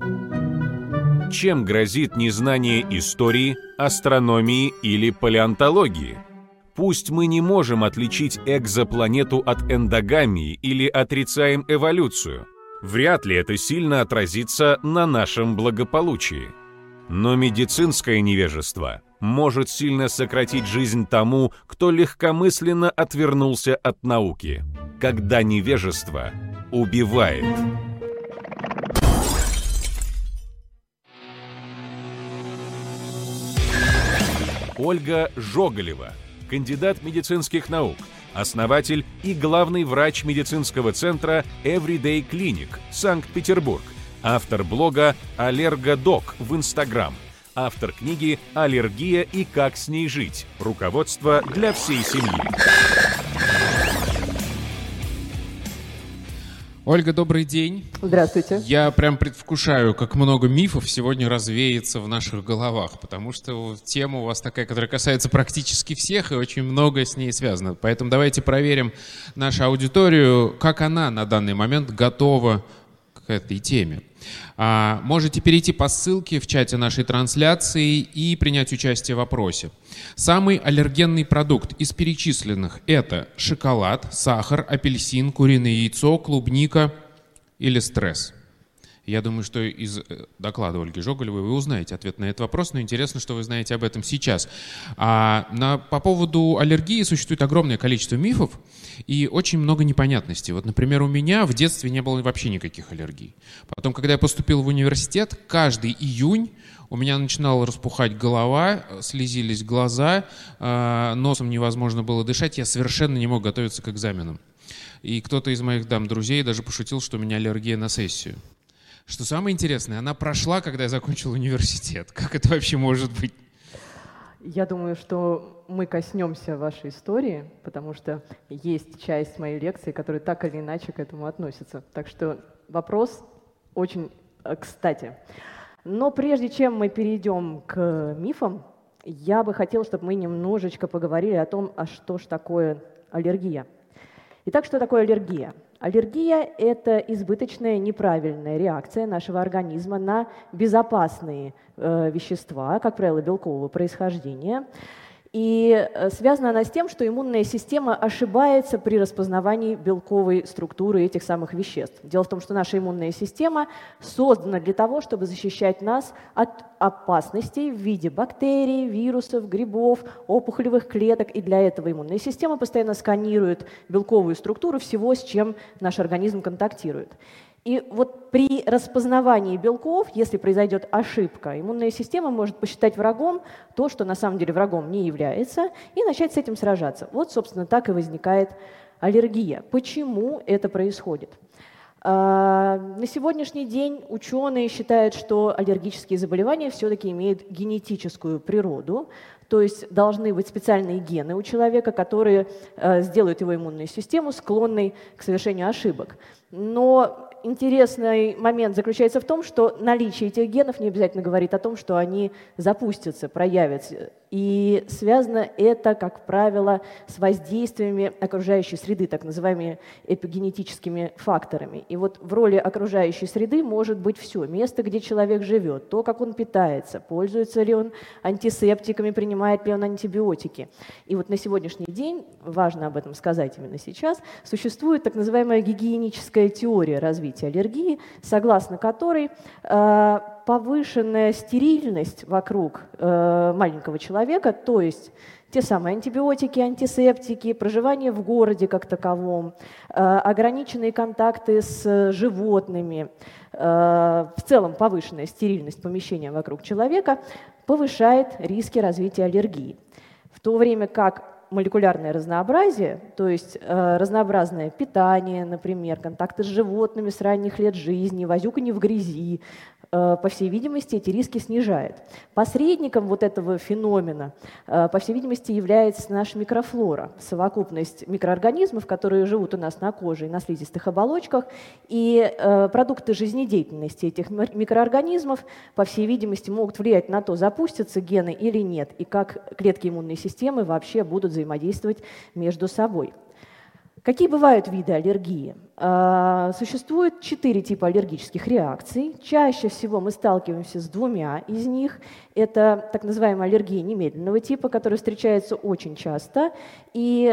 Чем грозит незнание истории, астрономии или палеонтологии? Пусть мы не можем отличить экзопланету от эндогамии или отрицаем эволюцию, вряд ли это сильно отразится на нашем благополучии. Но медицинское невежество может сильно сократить жизнь тому, кто легкомысленно отвернулся от науки, когда невежество убивает. Ольга Жоголева, кандидат медицинских наук, основатель и главный врач медицинского центра Everyday Clinic, Санкт-Петербург, автор блога «Аллергодок» в Инстаграм, автор книги «Аллергия и как с ней жить. Руководство для всей семьи». Ольга, добрый день. Здравствуйте. Я прям предвкушаю, как много мифов сегодня развеется в наших головах, потому что тема у вас такая, которая касается практически всех, и очень многое с ней связано. Поэтому давайте проверим нашу аудиторию, как она на данный момент готова к этой теме. Можете перейти по ссылке в чате нашей трансляции и принять участие в опросе. Самый аллергенный продукт из перечисленных – это шоколад, сахар, апельсин, куриное яйцо, клубника или стресс. Я думаю, что из доклада Ольги Жоголевой вы узнаете ответ на этот вопрос, но интересно, что вы знаете об этом сейчас. По поводу аллергии существует огромное количество мифов и очень много непонятностей. Вот, например, у меня в детстве не было вообще никаких аллергий. Потом, когда я поступил в университет, каждый июнь у меня начинала распухать голова, слезились глаза, носом невозможно было дышать, я совершенно не мог готовиться к экзаменам. И кто-то из моих друзей даже пошутил, что у меня аллергия на сессию. Что самое интересное, она прошла, когда я закончил университет. Как это вообще может быть? Я думаю, что мы коснемся вашей истории, потому что есть часть моей лекции, которая так или иначе к этому относится. Так что вопрос очень кстати. Но прежде чем мы перейдем к мифам, я бы хотела, чтобы мы немножечко поговорили о том, а что ж такое аллергия. Итак, что такое аллергия? Аллергия – это избыточная неправильная реакция нашего организма на безопасные вещества, как правило, белкового происхождения. И связана она с тем, что иммунная система ошибается при распознавании белковой структуры этих самых веществ. Дело в том, что наша иммунная система создана для того, чтобы защищать нас от опасностей в виде бактерий, вирусов, грибов, опухолевых клеток. И для этого иммунная система постоянно сканирует белковую структуру всего, с чем наш организм контактирует. И вот при распознавании белков, если произойдет ошибка, иммунная система может посчитать врагом то, что на самом деле врагом не является, и начать с этим сражаться. Вот, собственно, так и возникает аллергия. Почему это происходит? На сегодняшний день ученые считают, что аллергические заболевания все-таки имеют генетическую природу, то есть должны быть специальные гены у человека, которые сделают его иммунную систему склонной к совершению ошибок. Но интересный момент заключается в том, что наличие этих генов не обязательно говорит о том, что они запустятся, проявятся. И связано это, как правило, с воздействиями окружающей среды, так называемыми эпигенетическими факторами. И вот в роли окружающей среды может быть все. Место, где человек живет, то, как он питается, пользуется ли он антисептиками, принимает ли он антибиотики. И вот на сегодняшний день, важно об этом сказать именно сейчас, существует так называемая гигиеническая теория развития аллергии, согласно которой повышенная стерильность вокруг маленького человека, то есть те самые антибиотики, антисептики, проживание в городе как таковом, ограниченные контакты с животными, в целом повышенная стерильность помещения вокруг человека повышает риски развития аллергии. В то время как молекулярное разнообразие, то есть разнообразное питание, например, контакты с животными с ранних лет жизни, возюканье в грязи, по всей видимости, эти риски снижает. Посредником вот этого феномена, по всей видимости, является наша микрофлора, совокупность микроорганизмов, которые живут у нас на коже и на слизистых оболочках, и продукты жизнедеятельности этих микроорганизмов, по всей видимости, могут влиять на то, запустятся гены или нет, и как клетки иммунной системы вообще будут взаимодействовать между собой. Какие бывают виды аллергии? Существует 4 типа аллергических реакций. Чаще всего мы сталкиваемся с 2 из них. Это так называемая аллергия немедленного типа, которая встречается очень часто. И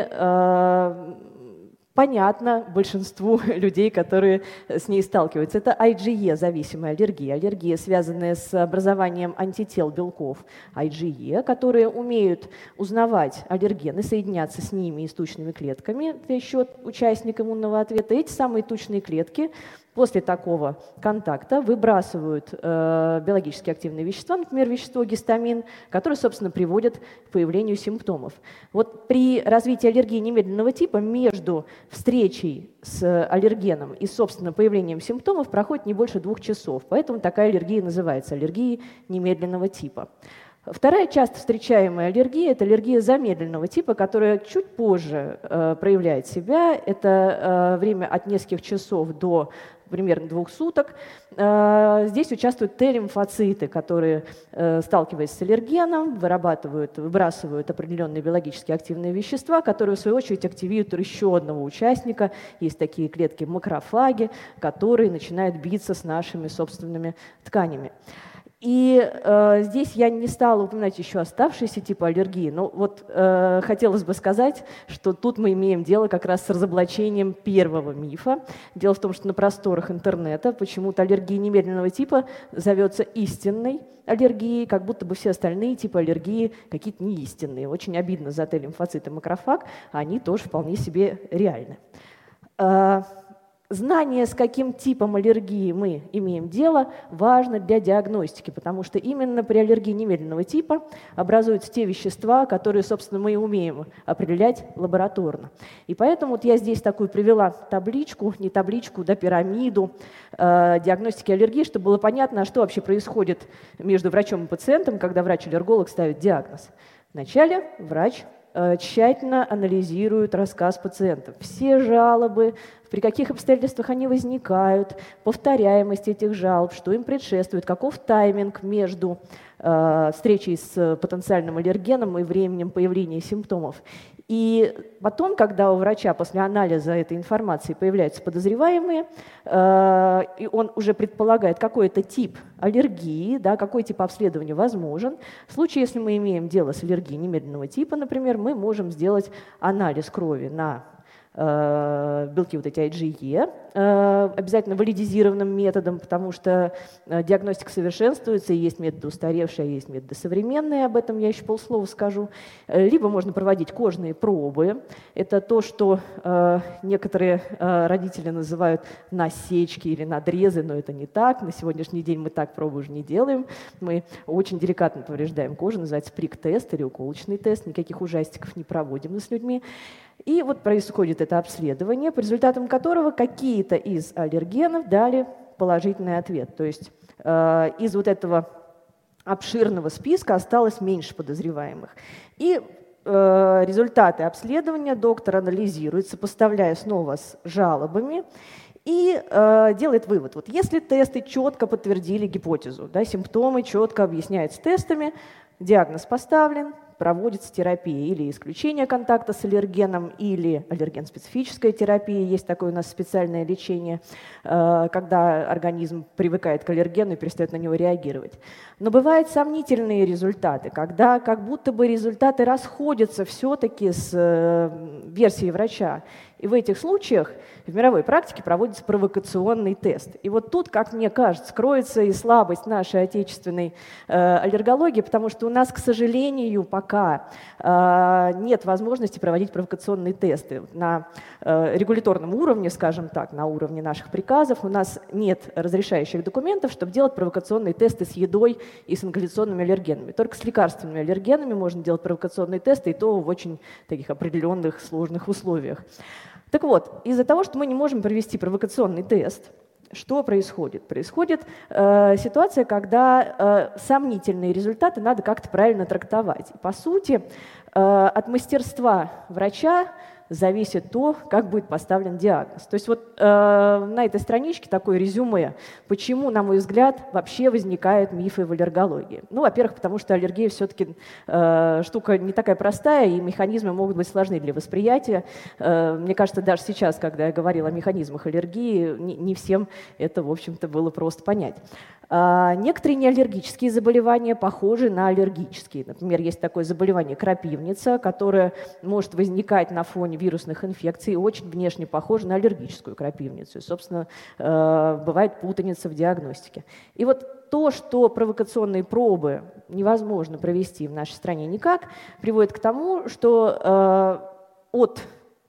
понятно большинству людей, которые с ней сталкиваются. Это IgE-зависимая аллергия. Аллергия, связанная с образованием антител белков IgE, которые умеют узнавать аллергены, соединяться с ними и с тучными клетками за счет участника иммунного ответа. Эти самые тучные клетки после такого контакта выбрасывают биологически активные вещества, например, вещество гистамин, которое, собственно, приводит к появлению симптомов. Вот при развитии аллергии немедленного типа между встречей с аллергеном и, собственно, появлением симптомов проходит не больше 2 часов. Поэтому такая аллергия называется аллергией немедленного типа. Вторая часто встречаемая аллергия – это аллергия замедленного типа, которая чуть позже проявляет себя. Это время от нескольких часов до примерно 2 суток. Здесь участвуют Т-лимфоциты, которые, сталкиваясь с аллергеном, выбрасывают определенные биологически активные вещества, которые, в свою очередь, активируют еще одного участника. Есть такие клетки макрофаги, которые начинают биться с нашими собственными тканями. И здесь я не стала упоминать еще оставшиеся типы аллергии, но вот хотелось бы сказать, что тут мы имеем дело как раз с разоблачением первого мифа. Дело в том, что на просторах интернета почему-то аллергия немедленного типа зовется истинной аллергией, как будто бы все остальные типы аллергии какие-то неистинные. Очень обидно за Т-лимфоцит и макрофаг, а они тоже вполне себе реальны. Знание, с каким типом аллергии мы имеем дело, важно для диагностики, потому что именно при аллергии немедленного типа образуются те вещества, которые, собственно, мы умеем определять лабораторно. И поэтому вот я здесь такую привела табличку, не табличку, да, пирамиду диагностики аллергии, чтобы было понятно, что вообще происходит между врачом и пациентом, когда врач-аллерголог ставит диагноз. Вначале врач тщательно анализирует рассказ пациента. Все жалобы, при каких обстоятельствах они возникают, повторяемость этих жалоб, что им предшествует, каков тайминг между встречей с потенциальным аллергеном и временем появления симптомов. И потом, когда у врача после анализа этой информации появляются подозреваемые, и он уже предполагает какой-то тип аллергии, да, какой тип обследования возможен. В случае, если мы имеем дело с аллергией немедленного типа, например, мы можем сделать анализ крови на белки вот эти IgE, обязательно валидизированным методом, потому что диагностика совершенствуется, и есть методы устаревшие, а есть методы современные, об этом я еще полслова скажу. Либо можно проводить кожные пробы. Это то, что некоторые родители называют насечки или надрезы, но это не так. На сегодняшний день мы так пробы уже не делаем. Мы очень деликатно повреждаем кожу, называется прик-тест или уколочный тест, никаких ужастиков не проводим с людьми. И вот происходит это обследование, по результатам которого какие-то из аллергенов дали положительный ответ. То есть из вот этого обширного списка осталось меньше подозреваемых. И результаты обследования доктор анализирует, сопоставляя снова с жалобами, и делает вывод. Вот если тесты четко подтвердили гипотезу, да, симптомы четко объясняются тестами, диагноз поставлен, проводится терапия или исключение контакта с аллергеном, или аллерген-специфическая терапия. Есть такое у нас специальное лечение, когда организм привыкает к аллергену и перестает на него реагировать. Но бывают сомнительные результаты, когда как будто бы результаты расходятся все-таки с версией врача. И в этих случаях в мировой практике проводится провокационный тест. И вот тут, как мне кажется, кроется и слабость нашей отечественной аллергологии, потому что у нас, к сожалению, пока нет возможности проводить провокационные тесты. На регуляторном уровне, скажем так, на уровне наших приказов у нас нет разрешающих документов, чтобы делать провокационные тесты с едой и с ингаляционными аллергенами. Только с лекарственными аллергенами можно делать провокационные тесты, и то в очень таких определенных сложных условиях. Так вот, из-за того, что мы не можем провести провокационный тест, что происходит? Происходит ситуация, когда сомнительные результаты надо как-то правильно трактовать. И, по сути, от мастерства врача зависит то, как будет поставлен диагноз. То есть вот на этой страничке такое резюме, почему, на мой взгляд, вообще возникают мифы в аллергологии. Ну, во-первых, потому что аллергия все-таки штука не такая простая, и механизмы могут быть сложны для восприятия. Мне кажется, даже сейчас, когда я говорила о механизмах аллергии, не всем это, в общем-то, было просто понять. Некоторые неаллергические заболевания похожи на аллергические. Например, есть такое заболевание крапивница, которое может возникать на фоне вирусных инфекций и очень внешне похоже на аллергическую крапивницу. И, собственно, бывает путаница в диагностике. И вот то, что провокационные пробы невозможно провести в нашей стране никак, приводит к тому, что от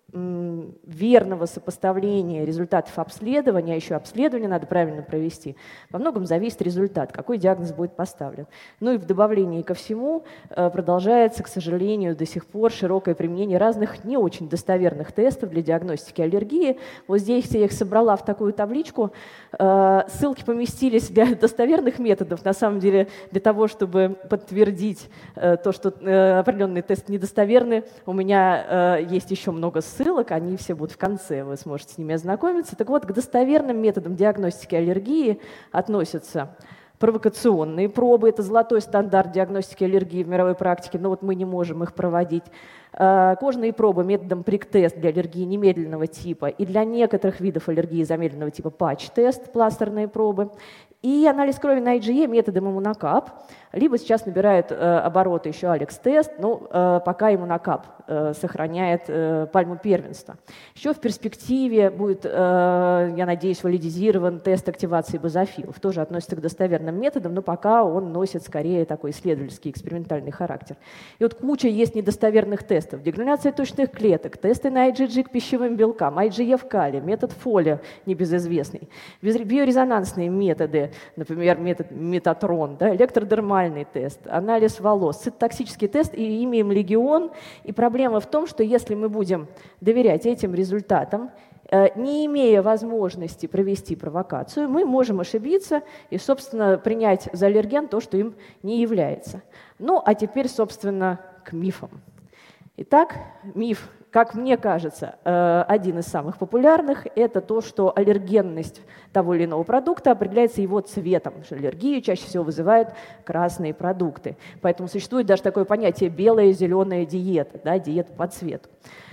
верного сопоставления результатов обследования, а еще обследование надо правильно провести, во многом зависит результат, какой диагноз будет поставлен. Ну и в добавлении ко всему продолжается, к сожалению, до сих пор широкое применение разных не очень достоверных тестов для диагностики аллергии. Вот здесь я их собрала в такую табличку. Ссылки поместились для достоверных методов, на самом деле для того, чтобы подтвердить то, что определенный тест недостоверный. У меня есть еще много ссылок, они все будут в конце, вы сможете с ними ознакомиться. Так вот, к достоверным методам диагностики аллергии относятся провокационные пробы, это золотой стандарт диагностики аллергии в мировой практике, но вот мы не можем их проводить. Кожные пробы методом прик-тест для аллергии немедленного типа и для некоторых видов аллергии замедленного типа патч-тест, пластерные пробы. И анализ крови на IgE методом иммунокап, либо сейчас набирает обороты еще Алекс-тест, но пока иммунокап сохраняет пальму первенства. Еще в перспективе будет, я надеюсь, валидизирован тест активации базофилов. Тоже относится к достоверным методам, но пока он носит скорее такой исследовательский, экспериментальный характер. И вот куча есть недостоверных тестов. Дегрануляция тучных клеток, тесты на IgG к пищевым белкам, IgE в кале, метод Фоля небезызвестный, биорезонансные методы, например, метод Метатрон, да, электродермальный тест, анализ волос, цитотоксический тест, и ими им легион. И проблема в том, что если мы будем доверять этим результатам, не имея возможности провести провокацию, мы можем ошибиться и, собственно, принять за аллерген то, что им не является. Ну, а теперь, собственно, к мифам. Итак, миф, как мне кажется, один из самых популярных – это то, что аллергенность того или иного продукта определяется его цветом. Аллергию чаще всего вызывают красные продукты. Поэтому существует даже такое понятие белая и зеленая диета, да, диета по цвету.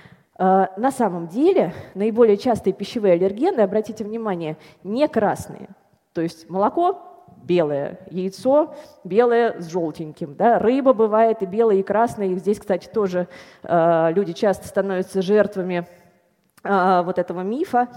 На самом деле наиболее частые пищевые аллергены, обратите внимание, не красные. То есть молоко – белое, яйцо белое с желтеньким. Да? Рыба бывает и белая, и красная. И здесь, кстати, тоже люди часто становятся жертвами вот этого мифа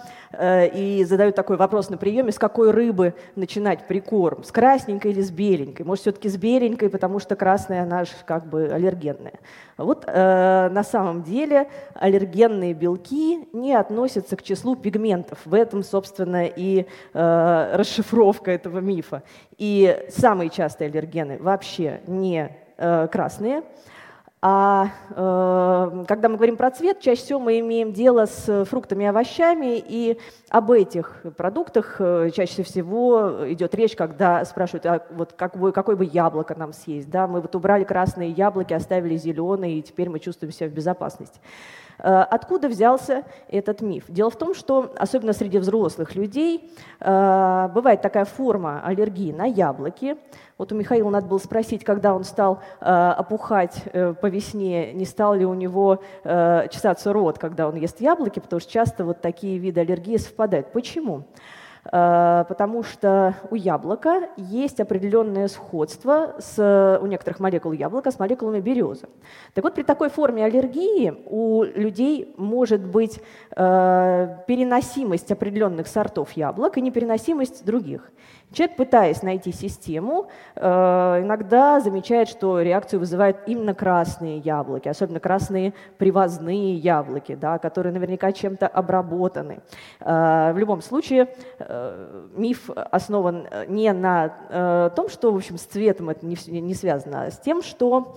и задают такой вопрос на приеме, с какой рыбы начинать прикорм, с красненькой или с беленькой. Может, все-таки с беленькой, потому что красная, она же как бы аллергенная. Вот на самом деле аллергенные белки не относятся к числу пигментов. В этом, собственно, и расшифровка этого мифа. И самые частые аллергены вообще не красные. А когда мы говорим про цвет, чаще всего мы имеем дело с фруктами и овощами, и об этих продуктах чаще всего идет речь, когда спрашивают, а вот какое бы яблоко нам съесть. Да? Мы вот убрали красные яблоки, оставили зеленые, и теперь мы чувствуем себя в безопасности. Откуда взялся этот миф? Дело в том, что особенно среди взрослых людей бывает такая форма аллергии на яблоки. Вот у Михаила надо было спросить, когда он стал опухать по весне, не стал ли у него чесаться рот, когда он ест яблоки, потому что часто вот такие виды аллергии совпадают. Почему? Потому что у яблока есть определенное сходство у некоторых молекул яблока с молекулами березы. Так вот, при такой форме аллергии у людей может быть переносимость определенных сортов яблок и непереносимость других. Человек, пытаясь найти систему, иногда замечает, что реакцию вызывают именно красные яблоки, особенно красные привозные яблоки, да, которые наверняка чем-то обработаны. В любом случае, миф основан не на том, что, в общем, с цветом это не связано, а с тем, что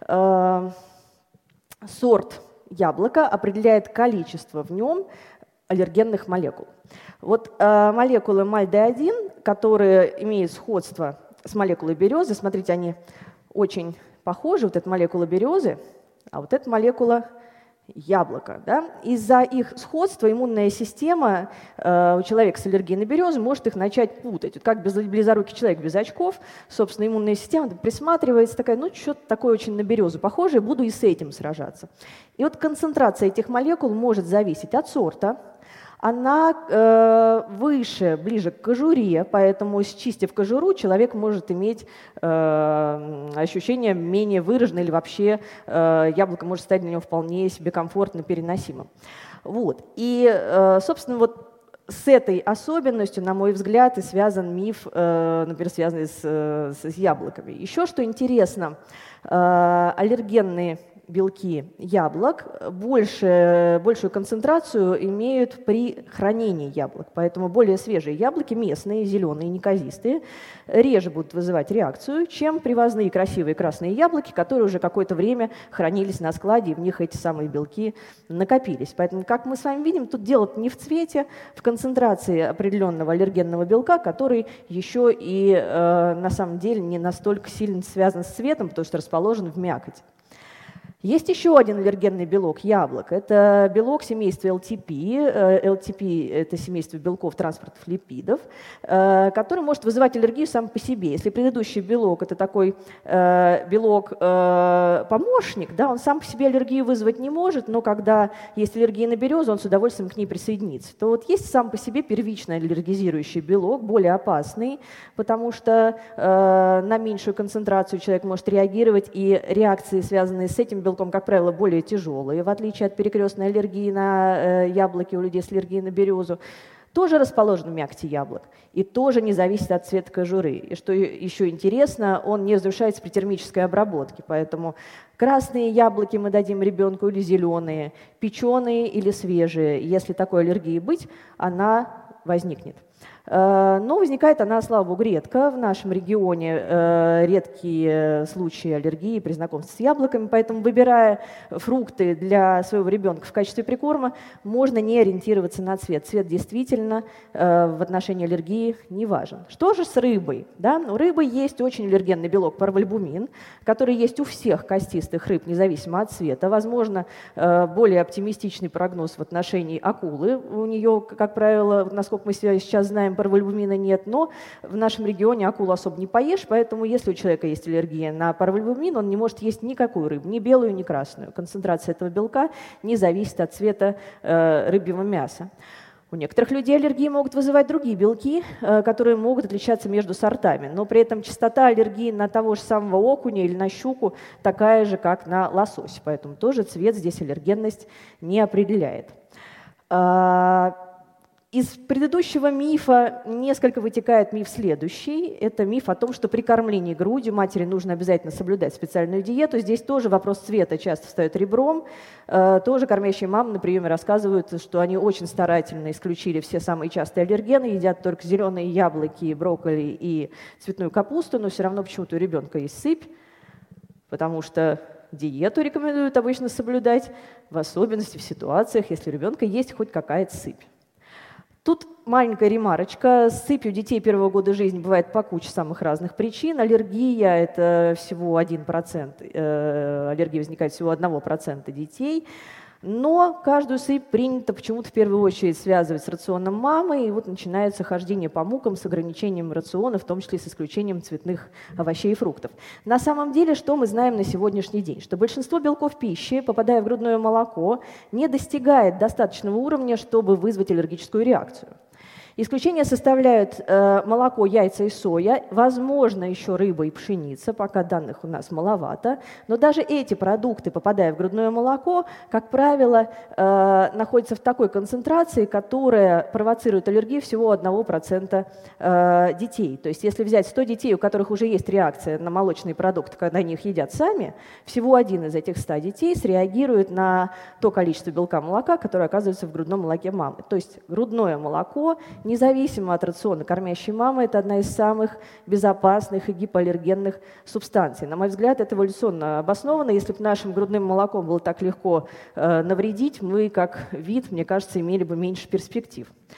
сорт яблока определяет количество в нем аллергенных молекул. Вот молекулы MALD1, которые имеют сходство с молекулой березы, смотрите, они очень похожи. Вот эта молекула березы, а вот эта молекула яблоко. Да? Из-за их сходства иммунная система у человека с аллергией на березу может их начать путать. Вот как близорукий человек без очков, собственно, иммунная система присматривается, такая, ну, что-то такое очень на березу похожее, буду и с этим сражаться. И вот концентрация этих молекул может зависеть от сорта. Она выше, ближе к кожуре, поэтому, счистив кожуру, человек может иметь ощущение менее выраженное или вообще яблоко может стать для него вполне себе комфортно переносимым. Вот. И, собственно, вот с этой особенностью, на мой взгляд, и связан миф, например, связанный с яблоками. Еще что интересно, аллергенные белки яблок большую концентрацию имеют при хранении яблок. Поэтому более свежие яблоки, местные, зеленые, неказистые, реже будут вызывать реакцию, чем привозные красивые красные яблоки, которые уже какое-то время хранились на складе, и в них эти самые белки накопились. Поэтому, как мы с вами видим, тут дело не в цвете, в концентрации определенного аллергенного белка, который еще и на самом деле не настолько сильно связан с цветом, потому что расположен в мякоти. Есть еще один аллергенный белок яблок. Это белок семейства LTP. LTP – это семейство белков транспортных липидов, который может вызывать аллергию сам по себе. Если предыдущий белок – это такой белок-помощник, да, он сам по себе аллергию вызвать не может, но когда есть аллергия на березу, он с удовольствием к ней присоединится. То вот есть сам по себе первичный аллергизирующий белок, более опасный, потому что на меньшую концентрацию человек может реагировать, и реакции, связанные с этим белком, как правило, более тяжелые, в отличие от перекрестной аллергии на яблоки у людей с аллергией на березу, тоже расположен в мякоти яблок и тоже не зависит от цвета кожуры. И что еще интересно, он не разрушается при термической обработке, поэтому красные яблоки мы дадим ребенку или зеленые, печеные или свежие. Если такой аллергии быть, она возникнет. Но возникает она, слава богу, редко. В нашем регионе редкие случаи аллергии при знакомстве с яблоками, поэтому, выбирая фрукты для своего ребенка в качестве прикорма, можно не ориентироваться на цвет. Цвет действительно в отношении аллергии не важен. Что же с рыбой? Да? У рыбы есть очень аллергенный белок парвальбумин, который есть у всех костистых рыб, независимо от цвета. Возможно, более оптимистичный прогноз в отношении акулы. У нее, как правило, насколько мы сейчас знаем, парвальбумина нет, но в нашем регионе акулу особо не поешь, поэтому если у человека есть аллергия на парвальбумин, он не может есть никакую рыбу, ни белую, ни красную. Концентрация этого белка не зависит от цвета рыбьего мяса. У некоторых людей аллергии могут вызывать другие белки, которые могут отличаться между сортами, но при этом частота аллергии на того же самого окуня или на щуку такая же, как на лосось, поэтому тоже цвет здесь аллергенность не определяет. Из предыдущего мифа несколько вытекает миф следующий. Это миф о том, что при кормлении грудью матери нужно обязательно соблюдать специальную диету. Здесь тоже вопрос цвета часто встает ребром. Тоже кормящие мамы на приеме рассказывают, что они очень старательно исключили все самые частые аллергены, едят только зеленые яблоки, брокколи и цветную капусту, но все равно почему-то у ребенка есть сыпь, потому что диету рекомендуют обычно соблюдать, в особенности в ситуациях, если у ребенка есть хоть какая-то сыпь. Тут маленькая ремарочка. С сыпью детей первого года жизни бывает по куче самых разных причин. Аллергия – это всего 1%. Аллергия возникает всего 1% детей. Но каждую сыпь принято почему-то в первую очередь связывать с рационом мамы, и вот начинается хождение по мукам с ограничением рациона, в том числе с исключением цветных овощей и фруктов. На самом деле, что мы знаем на сегодняшний день? Что большинство белков пищи, попадая в грудное молоко, не достигает достаточного уровня, чтобы вызвать аллергическую реакцию. Исключения составляют молоко, яйца и соя, возможно, еще рыба и пшеница, пока данных у нас маловато. Но даже эти продукты, попадая в грудное молоко, как правило, находятся в такой концентрации, которая провоцирует аллергию всего 1% детей. То есть если взять 100 детей, у которых уже есть реакция на молочные продукты, когда они их едят сами, всего один из этих 100 детей среагирует на то количество белка молока, которое оказывается в грудном молоке мамы. То есть грудное молоко, независимо от рациона кормящей мамы, это одна из самых безопасных и гипоаллергенных субстанций. На мой взгляд, это эволюционно обосновано. Если бы нашим грудным молоком было так легко навредить, мы, как вид, мне кажется, имели бы меньше перспектив.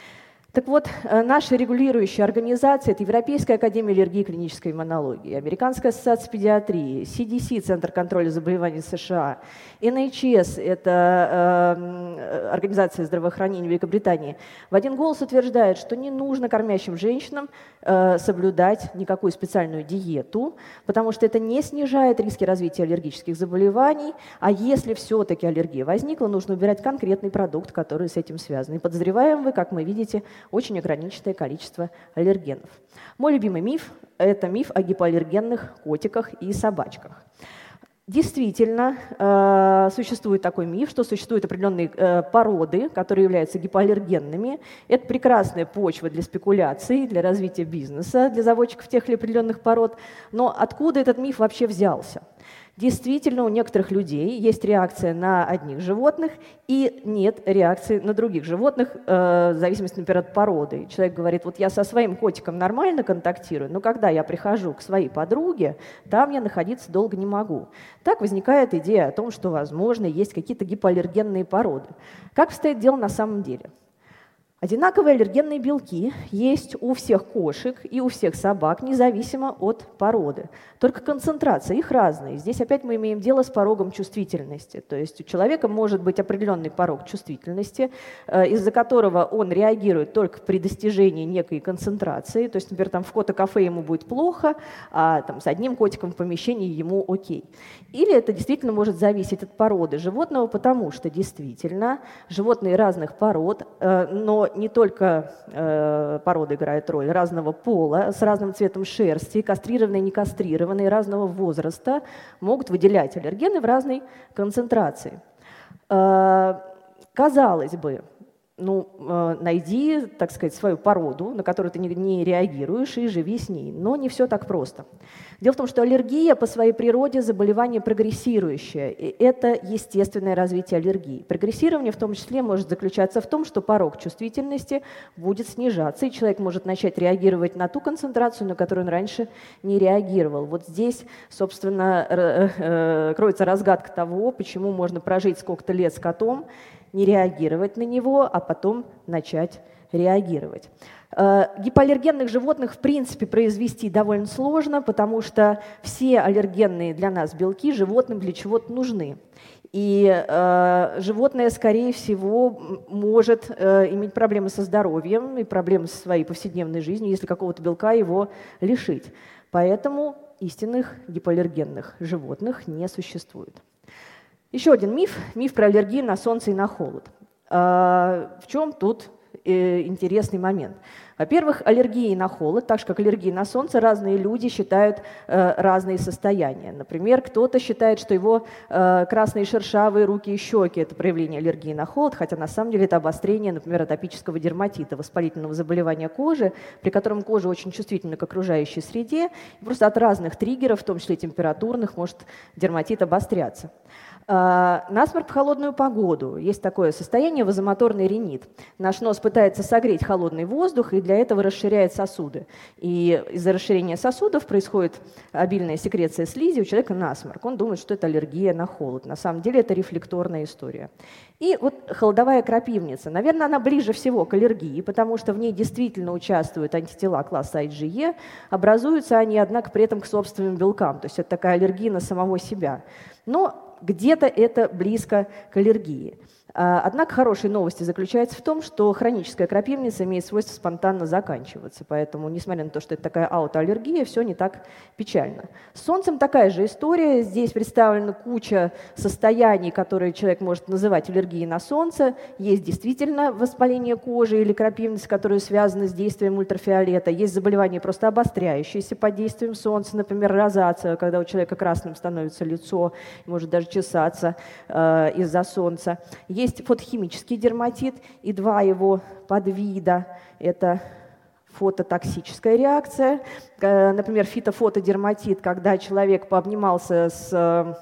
Так вот, наша регулирующая организация – это Европейская академия аллергии и клинической иммунологии, Американская ассоциация педиатрии, CDC – Центр контроля заболеваний США, NHS – это Организация здравоохранения Великобритании, в один голос утверждает, что не нужно кормящим женщинам соблюдать никакую специальную диету, потому что это не снижает риски развития аллергических заболеваний, а если все-таки аллергия возникла, нужно убирать конкретный продукт, который с этим связан. И подозреваем вы, как вы видите, очень ограниченное количество аллергенов. Мой любимый миф – это миф о гипоаллергенных котиках и собачках. Действительно, существует такой миф, что существуют определенные породы, которые являются гипоаллергенными. Это прекрасная почва для спекуляций, для развития бизнеса, для заводчиков тех или определенных пород. Но откуда этот миф вообще взялся? Действительно, у некоторых людей есть реакция на одних животных и нет реакции на других животных, в зависимости, например, от породы. Человек говорит, вот я со своим котиком нормально контактирую, но когда я прихожу к своей подруге, там я находиться долго не могу. Так возникает идея о том, что, возможно, есть какие-то гипоаллергенные породы. Как обстоит дело на самом деле? Одинаковые аллергенные белки есть у всех кошек и у всех собак, независимо от породы. Только концентрация их разная. Здесь опять мы имеем дело с порогом чувствительности. То есть у человека может быть определенный порог чувствительности, из-за которого он реагирует только при достижении некой концентрации. То есть, например, там в кота-кафе ему будет плохо, а там, с одним котиком в помещении ему окей. Или это действительно может зависеть от породы животного, потому что действительно животные разных пород, но не только породы играют роль, разного пола, с разным цветом шерсти, кастрированные, не кастрированные, разного возраста, могут выделять аллергены в разной концентрации. Казалось бы, найди, так сказать, свою породу, на которую ты не реагируешь, и живи с ней. Но не все так просто. Дело в том, что аллергия по своей природе заболевание прогрессирующее, и это естественное развитие аллергии. Прогрессирование в том числе может заключаться в том, что порог чувствительности будет снижаться, и человек может начать реагировать на ту концентрацию, на которую он раньше не реагировал. Вот здесь, собственно, кроется разгадка того, почему можно прожить сколько-то лет с котом, не реагировать на него, а потом начать реагировать. Гипоаллергенных животных в принципе произвести довольно сложно, потому что все аллергенные для нас белки животным для чего-то нужны. И животное, скорее всего, может иметь проблемы со здоровьем и проблемы со своей повседневной жизнью, если какого-то белка его лишить. Поэтому истинных гипоаллергенных животных не существует. Еще один миф про аллергию на солнце и на холод. В чем тут интересный момент? Во-первых, аллергии на холод, так же как аллергии на солнце, разные люди считают разные состояния. Например, кто-то считает, что его красные шершавые руки и щеки – это проявление аллергии на холод, хотя на самом деле это обострение, например, атопического дерматита, воспалительного заболевания кожи, при котором кожа очень чувствительна к окружающей среде, и просто от разных триггеров, в том числе температурных, может дерматит обостряться. Насморк в холодную погоду. Есть такое состояние – вазомоторный ринит. Наш нос пытается согреть холодный воздух и для этого расширяет сосуды. И из-за расширения сосудов происходит обильная секреция слизи, у человека насморк. Он думает, что это аллергия на холод. На самом деле это рефлекторная история. И вот холодовая крапивница. Наверное, она ближе всего к аллергии, потому что в ней действительно участвуют антитела класса IgE. Образуются они, однако, при этом к собственным белкам. То есть это такая аллергия на самого себя. Но где-то это близко к аллергии. Однако хорошие новости заключаются в том, что хроническая крапивница имеет свойство спонтанно заканчиваться. Поэтому, несмотря на то, что это такая аутоаллергия, все не так печально. С солнцем такая же история. Здесь представлена куча состояний, которые человек может называть аллергией на солнце. Есть действительно воспаление кожи или крапивница, которые связаны с действием ультрафиолета. Есть заболевания, просто обостряющиеся под действием солнца, например, розация, когда у человека красным становится лицо, может даже чесаться из-за солнца. Есть фотохимический дерматит и два его подвида. Это фототоксическая реакция. Например, фитофотодерматит, когда человек пообнимался с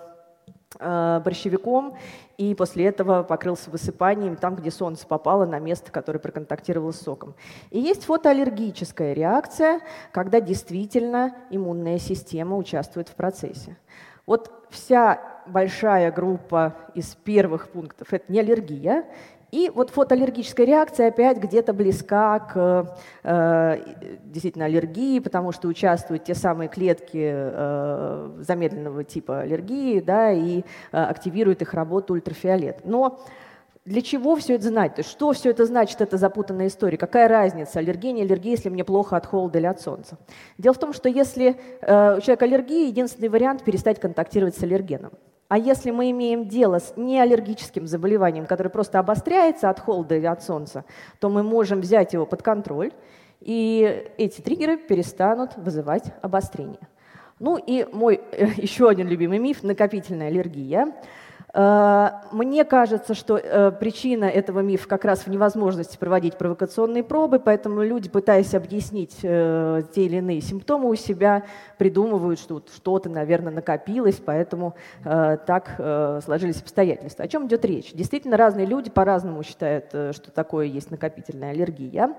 борщевиком и после этого покрылся высыпанием там, где солнце попало на место, которое проконтактировало с соком. И есть фотоаллергическая реакция, когда действительно иммунная система участвует в процессе. Вот вся большая группа из первых пунктов – это не аллергия, И вот фотоаллергическая реакция опять где-то близка к действительно аллергии, потому что участвуют те самые клетки замедленного типа аллергии, да, и активируют их работу ультрафиолет. Но для чего все это знать? То есть что все это значит, это запутанная история? Какая разница, аллергия, не аллергия, если мне плохо от холода или от солнца? Дело в том, что если у человека аллергия, единственный вариант – перестать контактировать с аллергеном. А если мы имеем дело с неаллергическим заболеванием, которое просто обостряется от холода или от солнца, то мы можем взять его под контроль, и эти триггеры перестанут вызывать обострение. Ну и мой еще один любимый миф – накопительная аллергия. Мне кажется, что причина этого мифа как раз в невозможности проводить провокационные пробы, поэтому люди, пытаясь объяснить те или иные симптомы у себя, придумывают, что что-то, наверное, накопилось, поэтому так сложились обстоятельства. О чем идет речь? Действительно, разные люди по-разному считают, что такое есть накопительная аллергия.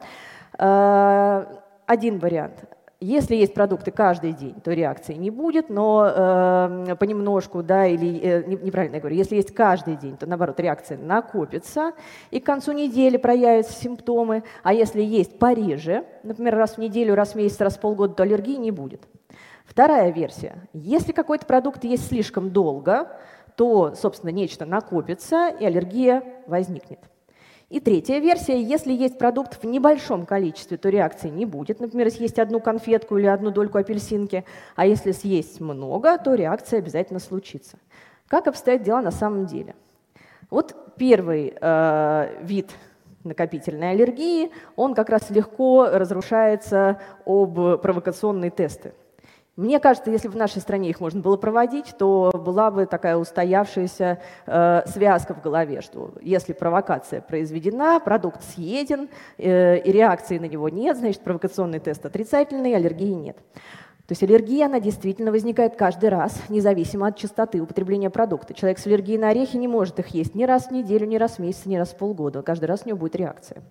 Один вариант. Если есть продукты каждый день, то реакции не будет, но понемножку, да, или неправильно я говорю, если есть каждый день, то наоборот реакция накопится, и к концу недели проявятся симптомы, а если есть пореже, например, раз в неделю, раз в месяц, раз в полгода, то аллергии не будет. Вторая версия. Если какой-то продукт есть слишком долго, то, собственно, нечто накопится, и аллергия возникнет. И третья версия, если есть продукт в небольшом количестве, то реакции не будет. Например, съесть одну конфетку или одну дольку апельсинки, а если съесть много, то реакция обязательно случится. Как обстоят дела на самом деле? Вот первый вид накопительной аллергии, он как раз легко разрушается об провокационные тесты. Мне кажется, если бы в нашей стране их можно было проводить, то была бы такая устоявшаяся связка в голове, что если провокация произведена, продукт съеден, и реакции на него нет, значит, провокационный тест отрицательный, аллергии нет. То есть аллергия, она действительно возникает каждый раз, независимо от частоты употребления продукта. Человек с аллергией на орехи не может их есть ни раз в неделю, ни раз в месяц, ни раз в полгода. Каждый раз у него будет реакция.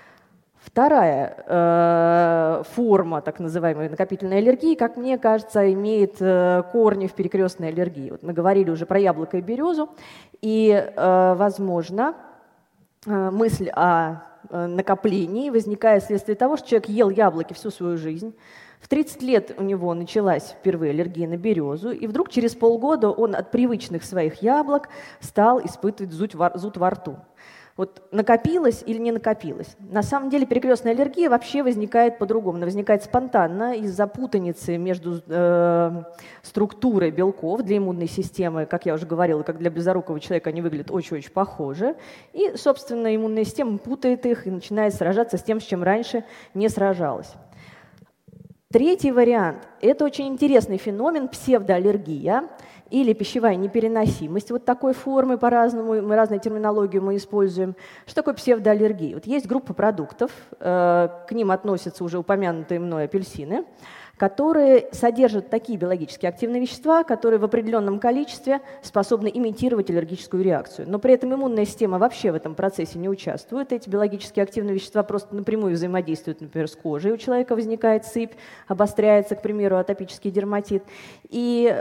Вторая форма так называемой накопительной аллергии, как мне кажется, имеет корни в перекрестной аллергии. Вот мы говорили уже про яблоко и березу, и, возможно, мысль о накоплении возникает вследствие того, что человек ел яблоки всю свою жизнь. В 30 лет у него началась впервые аллергия на березу, и вдруг через полгода он от привычных своих яблок стал испытывать зуд во рту. Вот накопилось или не накопилось? На самом деле перекрестная аллергия вообще возникает по-другому. Она возникает спонтанно из-за путаницы между структурой белков для иммунной системы, как я уже говорила, как для близорукого человека они выглядят очень-очень похожи. И, собственно, иммунная система путает их и начинает сражаться с тем, с чем раньше не сражалась. Третий вариант – это очень интересный феномен псевдоаллергия или пищевая непереносимость вот такой формы по-разному, мы разную терминологию мы используем. Что такое псевдоаллергия? Вот есть группа продуктов, к ним относятся уже упомянутые мной апельсины, которые содержат такие биологически активные вещества, которые в определенном количестве способны имитировать аллергическую реакцию. Но при этом иммунная система вообще в этом процессе не участвует. Эти биологически активные вещества просто напрямую взаимодействуют, например, с кожей. У человека возникает сыпь, обостряется, к примеру, атопический дерматит. И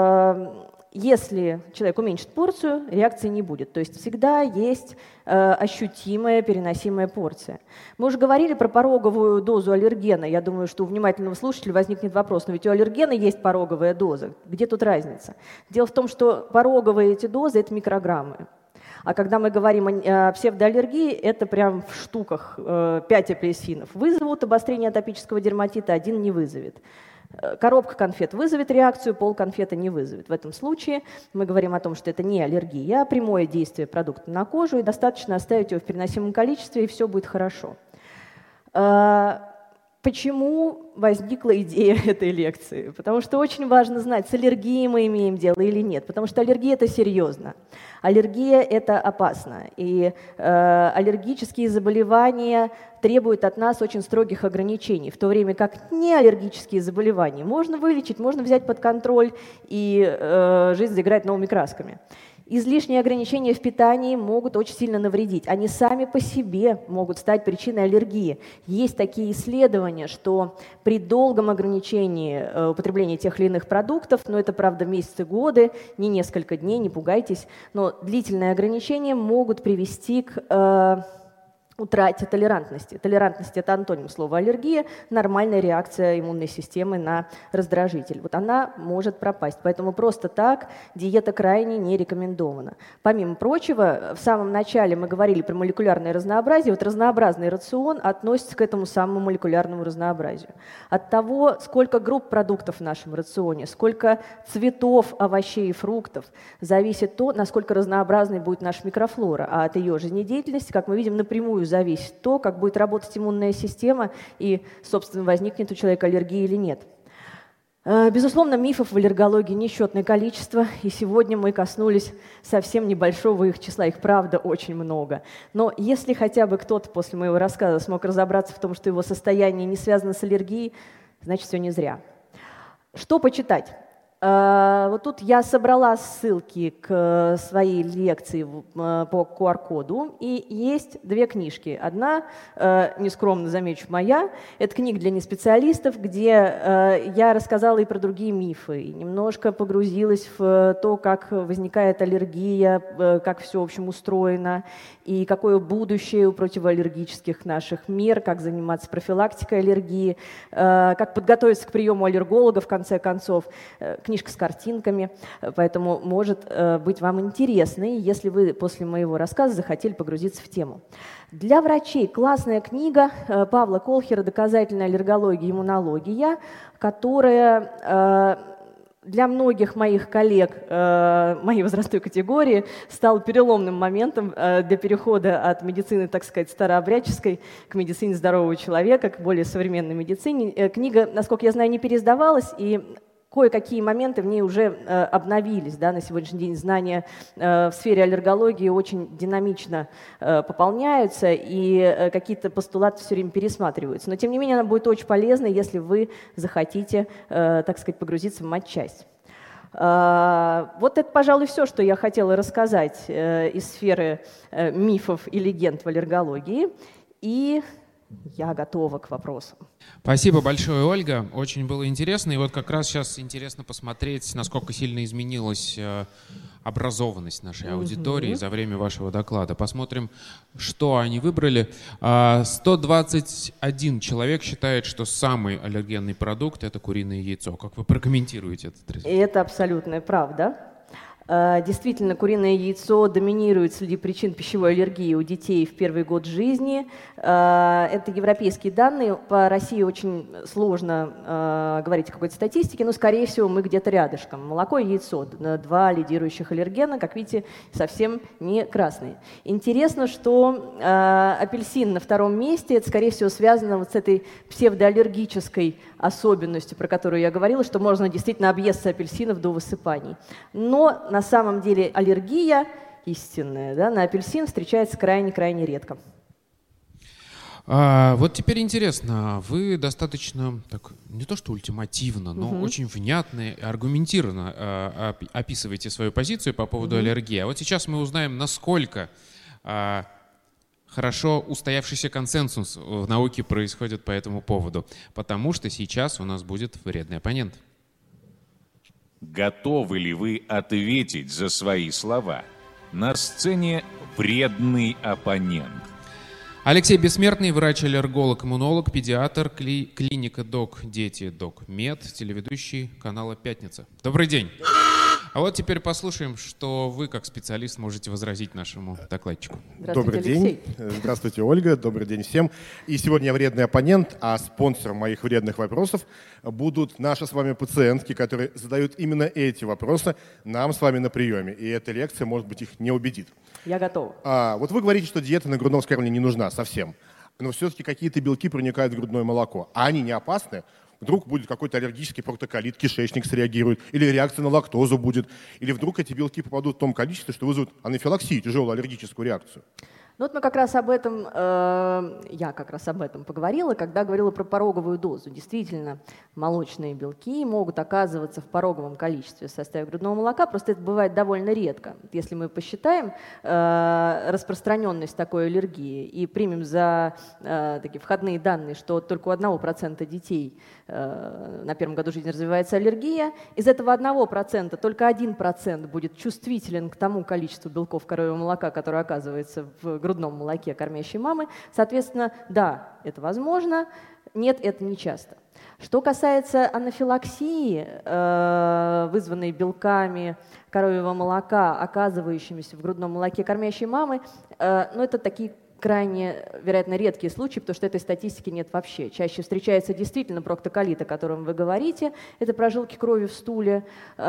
если человек уменьшит порцию, реакции не будет. То есть всегда есть ощутимая переносимая порция. Мы уже говорили про пороговую дозу аллергена. Я думаю, что у внимательного слушателя возникнет вопрос, но ведь у аллергена есть пороговая доза. Где тут разница? Дело в том, что пороговые эти дозы – это микрограммы. А когда мы говорим о псевдоаллергии, это прям в штуках 5 апельсинов вызовут обострение атопического дерматита, 1 не вызовет. Коробка конфет вызовет реакцию, полконфеты не вызовет. В этом случае мы говорим о том, что это не аллергия, а прямое действие продукта на кожу, и достаточно оставить его в переносимом количестве, и все будет хорошо. Почему возникла идея этой лекции? Потому что очень важно знать, с аллергией мы имеем дело или нет. Потому что аллергия – это серьезно. Аллергия – это опасно. И аллергические заболевания требуют от нас очень строгих ограничений, в то время как неаллергические заболевания можно вылечить, можно взять под контроль, и жизнь заиграет новыми красками. Излишние ограничения в питании могут очень сильно навредить. Они сами по себе могут стать причиной аллергии. Есть такие исследования, что при долгом ограничении употребления тех или иных продуктов, но это, правда, месяцы, годы, не несколько дней, не пугайтесь, но длительные ограничения могут привести к утрате толерантности. Толерантность – это антоним слова аллергия, нормальная реакция иммунной системы на раздражитель. Вот она может пропасть, поэтому просто так диета крайне не рекомендована. Помимо прочего, в самом начале мы говорили про молекулярное разнообразие. Вот разнообразный рацион относится к этому самому молекулярному разнообразию. От того, сколько групп продуктов в нашем рационе, сколько цветов, овощей и фруктов, зависит то, насколько разнообразной будет наша микрофлора. А от ее жизнедеятельности, как мы видим, напрямую зависит то, как будет работать иммунная система и, собственно, возникнет у человека аллергия или нет. Безусловно, мифов в аллергологии несчетное количество, и сегодня мы коснулись совсем небольшого их числа, их правда очень много. Но если хотя бы кто-то после моего рассказа смог разобраться в том, что его состояние не связано с аллергией, значит, все не зря. Что почитать? Вот тут я собрала ссылки к своей лекции по QR-коду, и есть две книжки. Одна, нескромно замечу, моя, это книга для неспециалистов, где я рассказала и про другие мифы, и немножко погрузилась в то, как возникает аллергия, как все, в общем, устроено, и какое будущее у противоаллергических наших мер, как заниматься профилактикой аллергии, как подготовиться к приему аллерголога, в конце концов. Книжка с картинками, поэтому может быть вам интересной, если вы после моего рассказа захотели погрузиться в тему. Для врачей классная книга Павла Колхера «Доказательная аллергология и иммунология», которая для многих моих коллег моей возрастной категории стал переломным моментом для перехода от медицины, так сказать, старообрядческой к медицине здорового человека, к более современной медицине. Книга, насколько я знаю, не переиздавалась, и кое-какие моменты в ней уже обновились. Да, на сегодняшний день знания в сфере аллергологии очень динамично пополняются, и какие-то постулаты все время пересматриваются. Но, тем не менее, она будет очень полезна, если вы захотите, так сказать, погрузиться в матчасть. Вот это, пожалуй, все, что я хотела рассказать из сферы мифов и легенд в аллергологии. И я готова к вопросам. Спасибо большое, Ольга. Очень было интересно. И вот как раз сейчас интересно посмотреть, насколько сильно изменилась образованность нашей аудитории за время вашего доклада. Посмотрим, что они выбрали. 121 человек считает, что самый аллергенный продукт – это куриное яйцо. Как вы прокомментируете этот результат? Это абсолютная правда. Действительно, куриное яйцо доминирует среди причин пищевой аллергии у детей в первый год жизни. Это европейские данные. По России очень сложно говорить о какой-то статистике, но, скорее всего, мы где-то рядышком. Молоко и яйцо – два лидирующих аллергена, как видите, совсем не красные. Интересно, что апельсин на втором месте – это, скорее всего, связано вот с этой псевдоаллергической особенностью, про которую я говорила, что можно действительно объесться апельсинов до высыпаний. Но на самом деле аллергия истинная, да, на апельсин встречается крайне-крайне редко. Вот теперь интересно, вы достаточно, так, не то что ультимативно, но очень внятно и аргументированно описываете свою позицию по поводу аллергии. А вот сейчас мы узнаем, насколько хорошо устоявшийся консенсус в науке происходит по этому поводу, потому что сейчас у нас будет вредный оппонент. Готовы ли вы ответить за свои слова? На сцене вредный оппонент. Алексей Бессмертный, врач-аллерголог, иммунолог, педиатр, клиника Док Дети, Док Мед, телеведущий канала «Пятница». Добрый день. А вот теперь послушаем, что вы, как специалист, можете возразить нашему докладчику. Добрый день. Здравствуйте, Ольга. Добрый день всем. И сегодня я вредный оппонент, а спонсором моих вредных вопросов будут наши с вами пациентки, которые задают именно эти вопросы нам с вами на приеме. И эта лекция, может быть, их не убедит. Я готова. Вот вы говорите, что диета на грудном вскармливании не нужна совсем. Но все-таки какие-то белки проникают в грудное молоко. А они не опасны? Вдруг будет какой-то аллергический проктоколит, кишечник среагирует, или реакция на лактозу будет, или вдруг эти белки попадут в том количестве, что вызовут анафилаксию, тяжелую аллергическую реакцию. Ну вот мы как раз об этом, я как раз об этом поговорила, когда говорила про пороговую дозу. Действительно, молочные белки могут оказываться в пороговом количестве в составе грудного молока, просто это бывает довольно редко. Если мы посчитаем распространенность такой аллергии и примем за такие входные данные, что только у 1% детей на первом году жизни развивается аллергия, из этого 1% только 1% будет чувствителен к тому количеству белков коровьего молока, которое оказывается в грудном молоке кормящей мамы. Соответственно, да, это возможно, нет, это не часто. Что касается анафилаксии, вызванной белками коровьего молока, оказывающимися в грудном молоке кормящей мамы, это такие крайне, вероятно, редкие случаи, потому что этой статистики нет вообще. Чаще встречается действительно проктоколит, о котором вы говорите. Это прожилки крови в стуле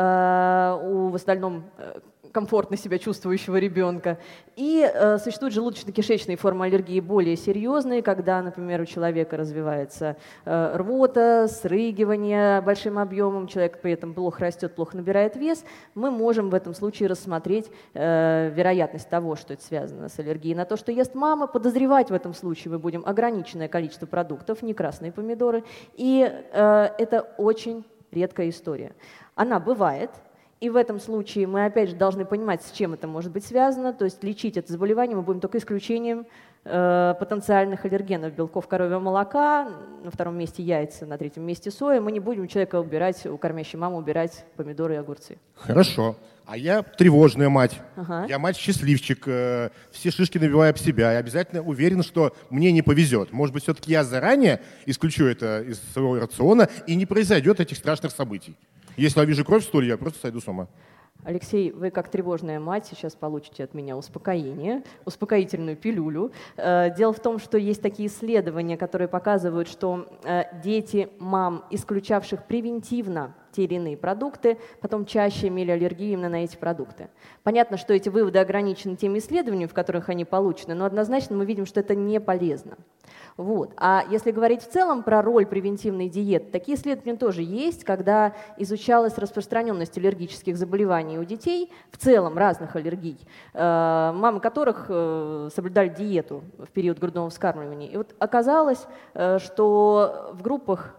у в остальном комфортно себя чувствующего ребенка. И существуют желудочно-кишечные формы аллергии более серьезные, когда, например, у человека развивается рвота, срыгивание большим объемом, человек при этом плохо растет, плохо набирает вес. Мы можем в этом случае рассмотреть вероятность того, что это связано с аллергией на то, что ест мама. Подозревать в этом случае мы будем ограниченное количество продуктов, не красные помидоры. И это очень редкая история. Она бывает. И в этом случае мы, опять же, должны понимать, с чем это может быть связано. То есть лечить это заболевание мы будем только исключением потенциальных аллергенов белков коровьего молока, на втором месте яйца, на третьем месте соя. Мы не будем у человека убирать, у кормящей мамы убирать помидоры и огурцы. Хорошо. А я тревожная мать. Ага. Я мать-счастливчик. Все шишки набиваю об себя. Я обязательно уверен, что мне не повезет. Может быть, все-таки я заранее исключу это из своего рациона, и не произойдет этих страшных событий. Если я вижу кровь в стуле, я просто сойду с ума. Алексей, вы как тревожная мать сейчас получите от меня успокоение, успокоительную пилюлю. Дело в том, что есть такие исследования, которые показывают, что дети мам, исключавших превентивно те или иные продукты, потом чаще имели аллергию именно на эти продукты. Понятно, что эти выводы ограничены теми исследованиями, в которых они получены, но однозначно мы видим, что это не полезно. Вот. А если говорить в целом про роль превентивной диеты, такие исследования тоже есть, когда изучалась распространенность аллергических заболеваний у детей, в целом разных аллергий, мамы которых соблюдали диету в период грудного вскармливания. И вот оказалось, что в группах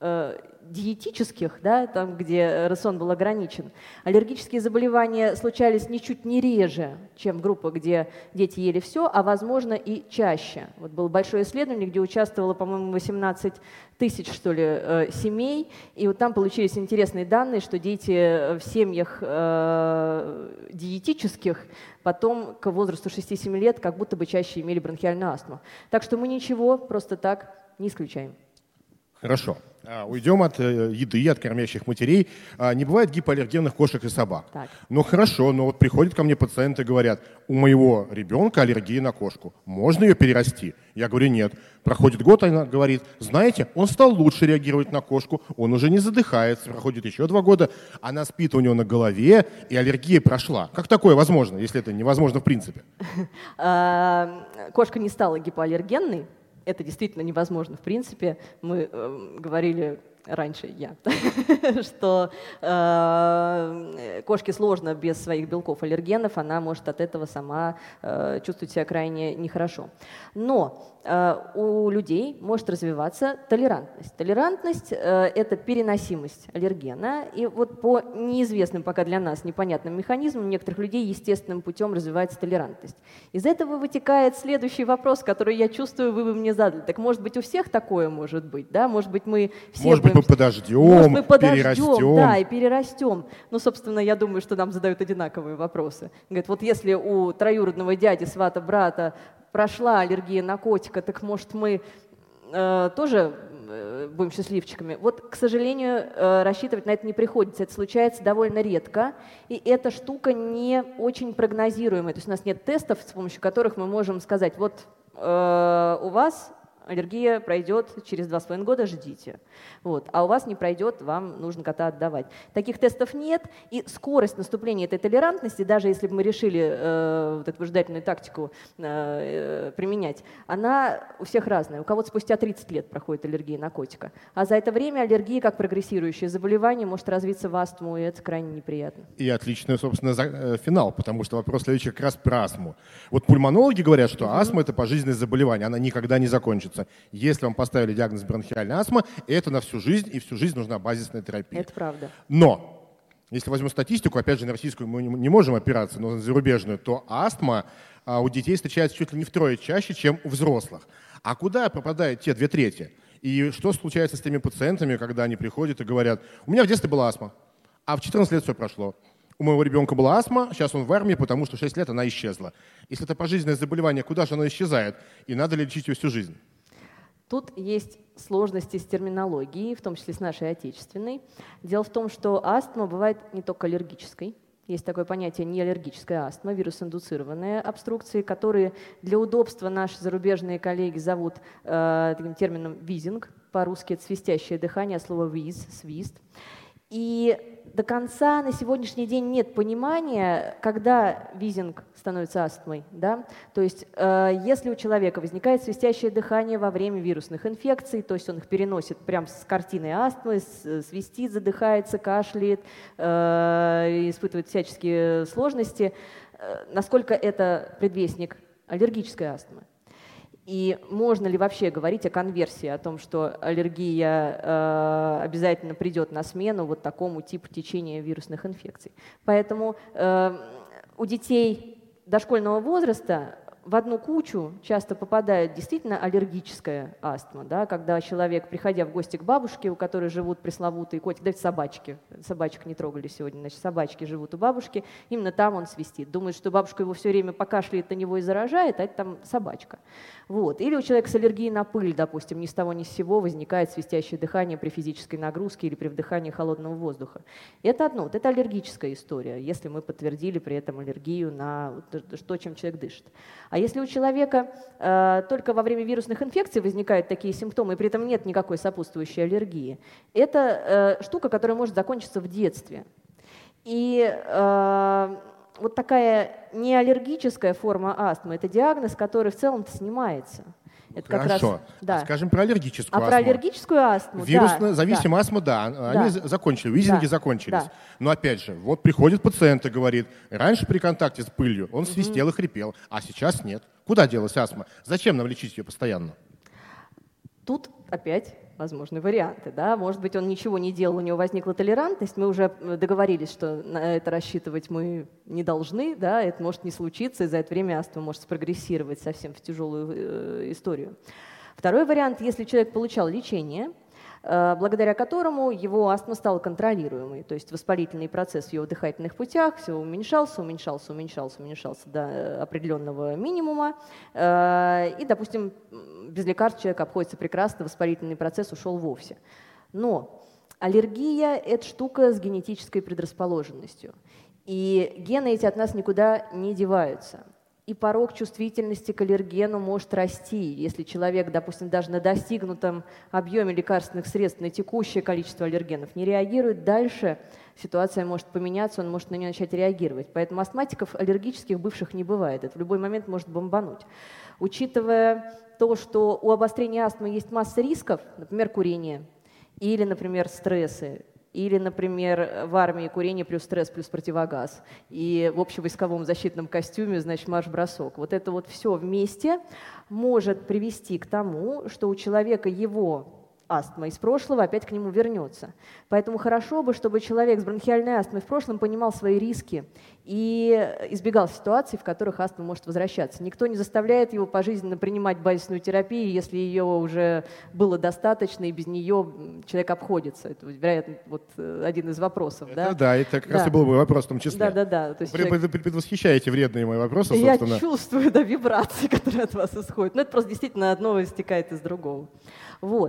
диетических, да, там, где рацион был ограничен, аллергические заболевания случались ничуть не реже, чем группа, где дети ели все, а, возможно, и чаще. Вот было большое исследование, где участвовало, по-моему, 18 тысяч, что ли, семей, и вот там получились интересные данные, что дети в семьях диетических потом к возрасту 6-7 лет как будто бы чаще имели бронхиальную астму. Так что мы ничего просто так не исключаем. Хорошо. Уйдем от еды, от кормящих матерей. Не бывает гипоаллергенных кошек и собак. Так. Ну хорошо, но вот приходят ко мне пациенты и говорят, у моего ребенка аллергия на кошку. Можно ее перерасти? Я говорю, нет. Проходит год, она говорит, знаете, он стал лучше реагировать на кошку, он уже не задыхается. Проходит еще 2 года, она спит у него на голове, и аллергия прошла. Как такое возможно, если это невозможно в принципе? Кошка не стала гипоаллергенной. Это действительно невозможно, в принципе. Мы говорили раньше, что кошке сложно без своих белков аллергенов, она может от этого сама чувствовать себя крайне нехорошо. Но у людей может развиваться толерантность. Толерантность – это переносимость аллергена, и вот по неизвестным пока для нас непонятным механизмам у некоторых людей естественным путем развивается толерантность. Из этого вытекает следующий вопрос, который, я чувствую, вы бы мне задали. Так может быть, у всех такое может быть, да? Может быть, мы все может быть, мы подождем, перерастем. Да, и перерастем. Ну, собственно, я думаю, что нам задают одинаковые вопросы. Говорят, вот если у троюродного дяди, свата, брата прошла аллергия на котика, так может мы тоже будем счастливчиками? Вот, к сожалению, рассчитывать на это не приходится. Это случается довольно редко, и эта штука не очень прогнозируемая. То есть у нас нет тестов, с помощью которых мы можем сказать, вот у вас аллергия пройдет через 2,5 года, ждите. Вот. А у вас не пройдет, вам нужно кота отдавать. Таких тестов нет, и скорость наступления этой толерантности, даже если бы мы решили вот эту выжидательную тактику применять, она у всех разная. У кого-то спустя 30 лет проходит аллергия на котика, а за это время аллергия, как прогрессирующее заболевание, может развиться в астму, и это крайне неприятно. И отличный, собственно, финал, потому что вопрос следующий как раз про астму. Вот пульмонологи говорят, что астма – это пожизненное заболевание, она никогда не закончится. Если вам поставили диагноз бронхиальная астма, это на всю жизнь, и всю жизнь нужна базисная терапия. Это правда. Но, если возьмем статистику, опять же, на российскую мы не можем опираться, но на зарубежную, то астма у детей встречается чуть ли не втрое чаще, чем у взрослых. А куда пропадают те 2/3? И что случается с теми пациентами, когда они приходят и говорят: у меня в детстве была астма, а в 14 лет все прошло. У моего ребенка была астма, сейчас он в армии, потому что в 6 лет она исчезла. Если это пожизненное заболевание, куда же оно исчезает? И надо ли лечить ее всю жизнь? Тут есть сложности с терминологией, в том числе с нашей отечественной. Дело в том, что астма бывает не только аллергической. Есть такое понятие неаллергическая астма, вирус-индуцированные обструкции, которые для удобства наши зарубежные коллеги зовут таким термином визинг. По-русски это свистящее дыхание, от слова виз, свист. И до конца на сегодняшний день нет понимания, когда визинг становится астмой. Да? То есть если у человека возникает свистящее дыхание во время вирусных инфекций, то есть он их переносит прямо с картиной астмы, свистит, задыхается, кашляет, испытывает всяческие сложности, насколько это предвестник аллергической астмы? И можно ли вообще говорить о конверсии, о том, что аллергия обязательно придет на смену вот такому типу течения вирусных инфекций? Поэтому у детей дошкольного возраста в одну кучу часто попадает действительно аллергическая астма, да, когда человек, приходя в гости к бабушке, у которой живут пресловутые котики, да, собачки, собачек не трогали сегодня, значит, собачки живут у бабушки, именно там он свистит. Думает, что бабушка его все время покашляет на него и заражает, а это там собачка. Вот. Или у человека с аллергией на пыль, допустим, ни с того ни с сего возникает свистящее дыхание при физической нагрузке или при вдыхании холодного воздуха. Это одно, вот это аллергическая история, если мы подтвердили при этом аллергию на то, чем человек дышит. А если у человека только во время вирусных инфекций возникают такие симптомы, и при этом нет никакой сопутствующей аллергии, это штука, которая может закончиться в детстве. И вот такая неаллергическая форма астмы – это диагноз, который в целом-то снимается. Это как Хорошо. раз, да. Скажем про аллергическую астму. Про аллергическую астму, вирусно-зависимая астма, да, они закончили, визинги закончились. Да. Но опять же, вот приходит пациент и говорит: раньше при контакте с пылью он свистел и хрипел, а сейчас нет. Куда делась астма? Зачем нам лечить ее постоянно? Тут опять возможны варианты. Да? Может быть, он ничего не делал, у него возникла толерантность, мы уже договорились, что на это рассчитывать мы не должны, да? Это может не случиться, и за это время астма может спрогрессировать совсем в тяжелую историю. Второй вариант, если человек получал лечение, благодаря которому его астма стала контролируемой, то есть воспалительный процесс в его дыхательных путях все уменьшался до определенного минимума, и, допустим, без лекарств человек обходится прекрасно, воспалительный процесс ушел вовсе. Но аллергия – это штука с генетической предрасположенностью, и гены эти от нас никуда не деваются. И порог чувствительности к аллергену может расти, если человек, допустим, даже на достигнутом объеме лекарственных средств на текущее количество аллергенов не реагирует, дальше ситуация может поменяться, он может на нее начать реагировать. Поэтому астматиков аллергических бывших не бывает, это в любой момент может бомбануть. Учитывая то, что у обострения астмы есть масса рисков, например, курение, или, например, стрессы, или, например, в армии курение плюс стресс плюс противогаз. И в общевойсковом защитном костюме, значит, марш-бросок. Вот это вот все вместе может привести к тому, что у человека его астма из прошлого опять к нему вернется. Поэтому хорошо бы, чтобы человек с бронхиальной астмой в прошлом понимал свои риски и избегал ситуаций, в которых астма может возвращаться. Никто не заставляет его пожизненно принимать базисную терапию, если ее уже было достаточно, и без нее человек обходится. Это, вероятно, вот один из вопросов. Это как раз и был мой вопрос в том числе. Да. Предвосхищаете вредные мои вопросы, собственно. Я чувствую, вибрации, которые от вас исходят. Но это просто действительно одно истекает из другого. Вот.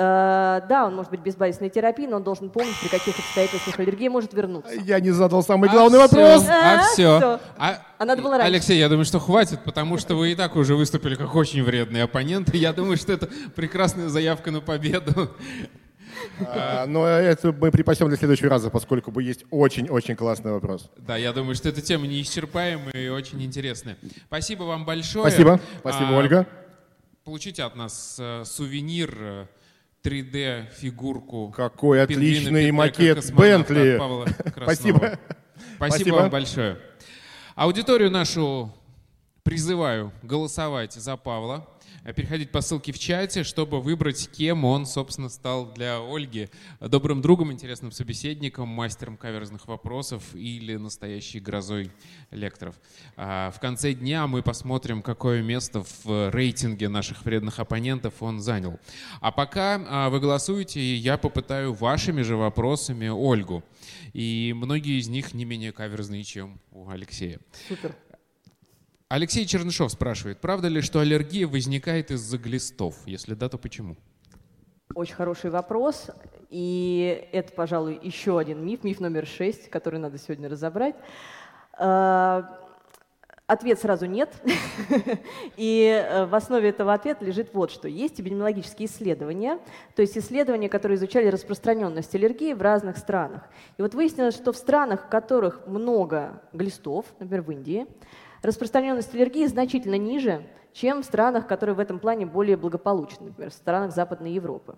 Да, он может быть без базисной терапии, но он должен помнить, при каких обстоятельствах аллергия может вернуться. Я не задал самый главный вопрос. Все. А надо было раньше. Алексей, я думаю, что хватит, потому что вы и так уже выступили как очень вредные оппоненты. Я думаю, что это прекрасная заявка на победу. Но это мы припасем для следующего раза, поскольку есть очень-очень классный вопрос. Да, я думаю, что эта тема неисчерпаемая и очень интересная. Спасибо вам большое. Спасибо. Спасибо, Ольга. Получите от нас сувенир, 3D-фигурку. Какой отличный макет Бентли. Спасибо. Спасибо вам большое. Аудиторию нашу призываю голосовать за Павла. Переходить по ссылке в чате, чтобы выбрать, кем он, собственно, стал для Ольги. Добрым другом, интересным собеседником, мастером каверзных вопросов или настоящей грозой лекторов. В конце дня мы посмотрим, какое место в рейтинге наших вредных оппонентов он занял. А пока вы голосуете, я попытаю вашими же вопросами Ольгу. И многие из них не менее каверзные, чем у Алексея. Супер. Алексей Чернышов спрашивает, правда ли, что аллергия возникает из-за глистов? Если да, то почему? Очень хороший вопрос. И это, пожалуй, еще один миф, миф номер 6, который надо сегодня разобрать. Ответ сразу нет. И в основе этого ответа лежит вот что. Есть эпидемиологические исследования, то есть исследования, которые изучали распространенность аллергии в разных странах. И вот выяснилось, что в странах, в которых много глистов, например, в Индии, распространенность аллергии значительно ниже, чем в странах, которые в этом плане более благополучны, например, в странах Западной Европы.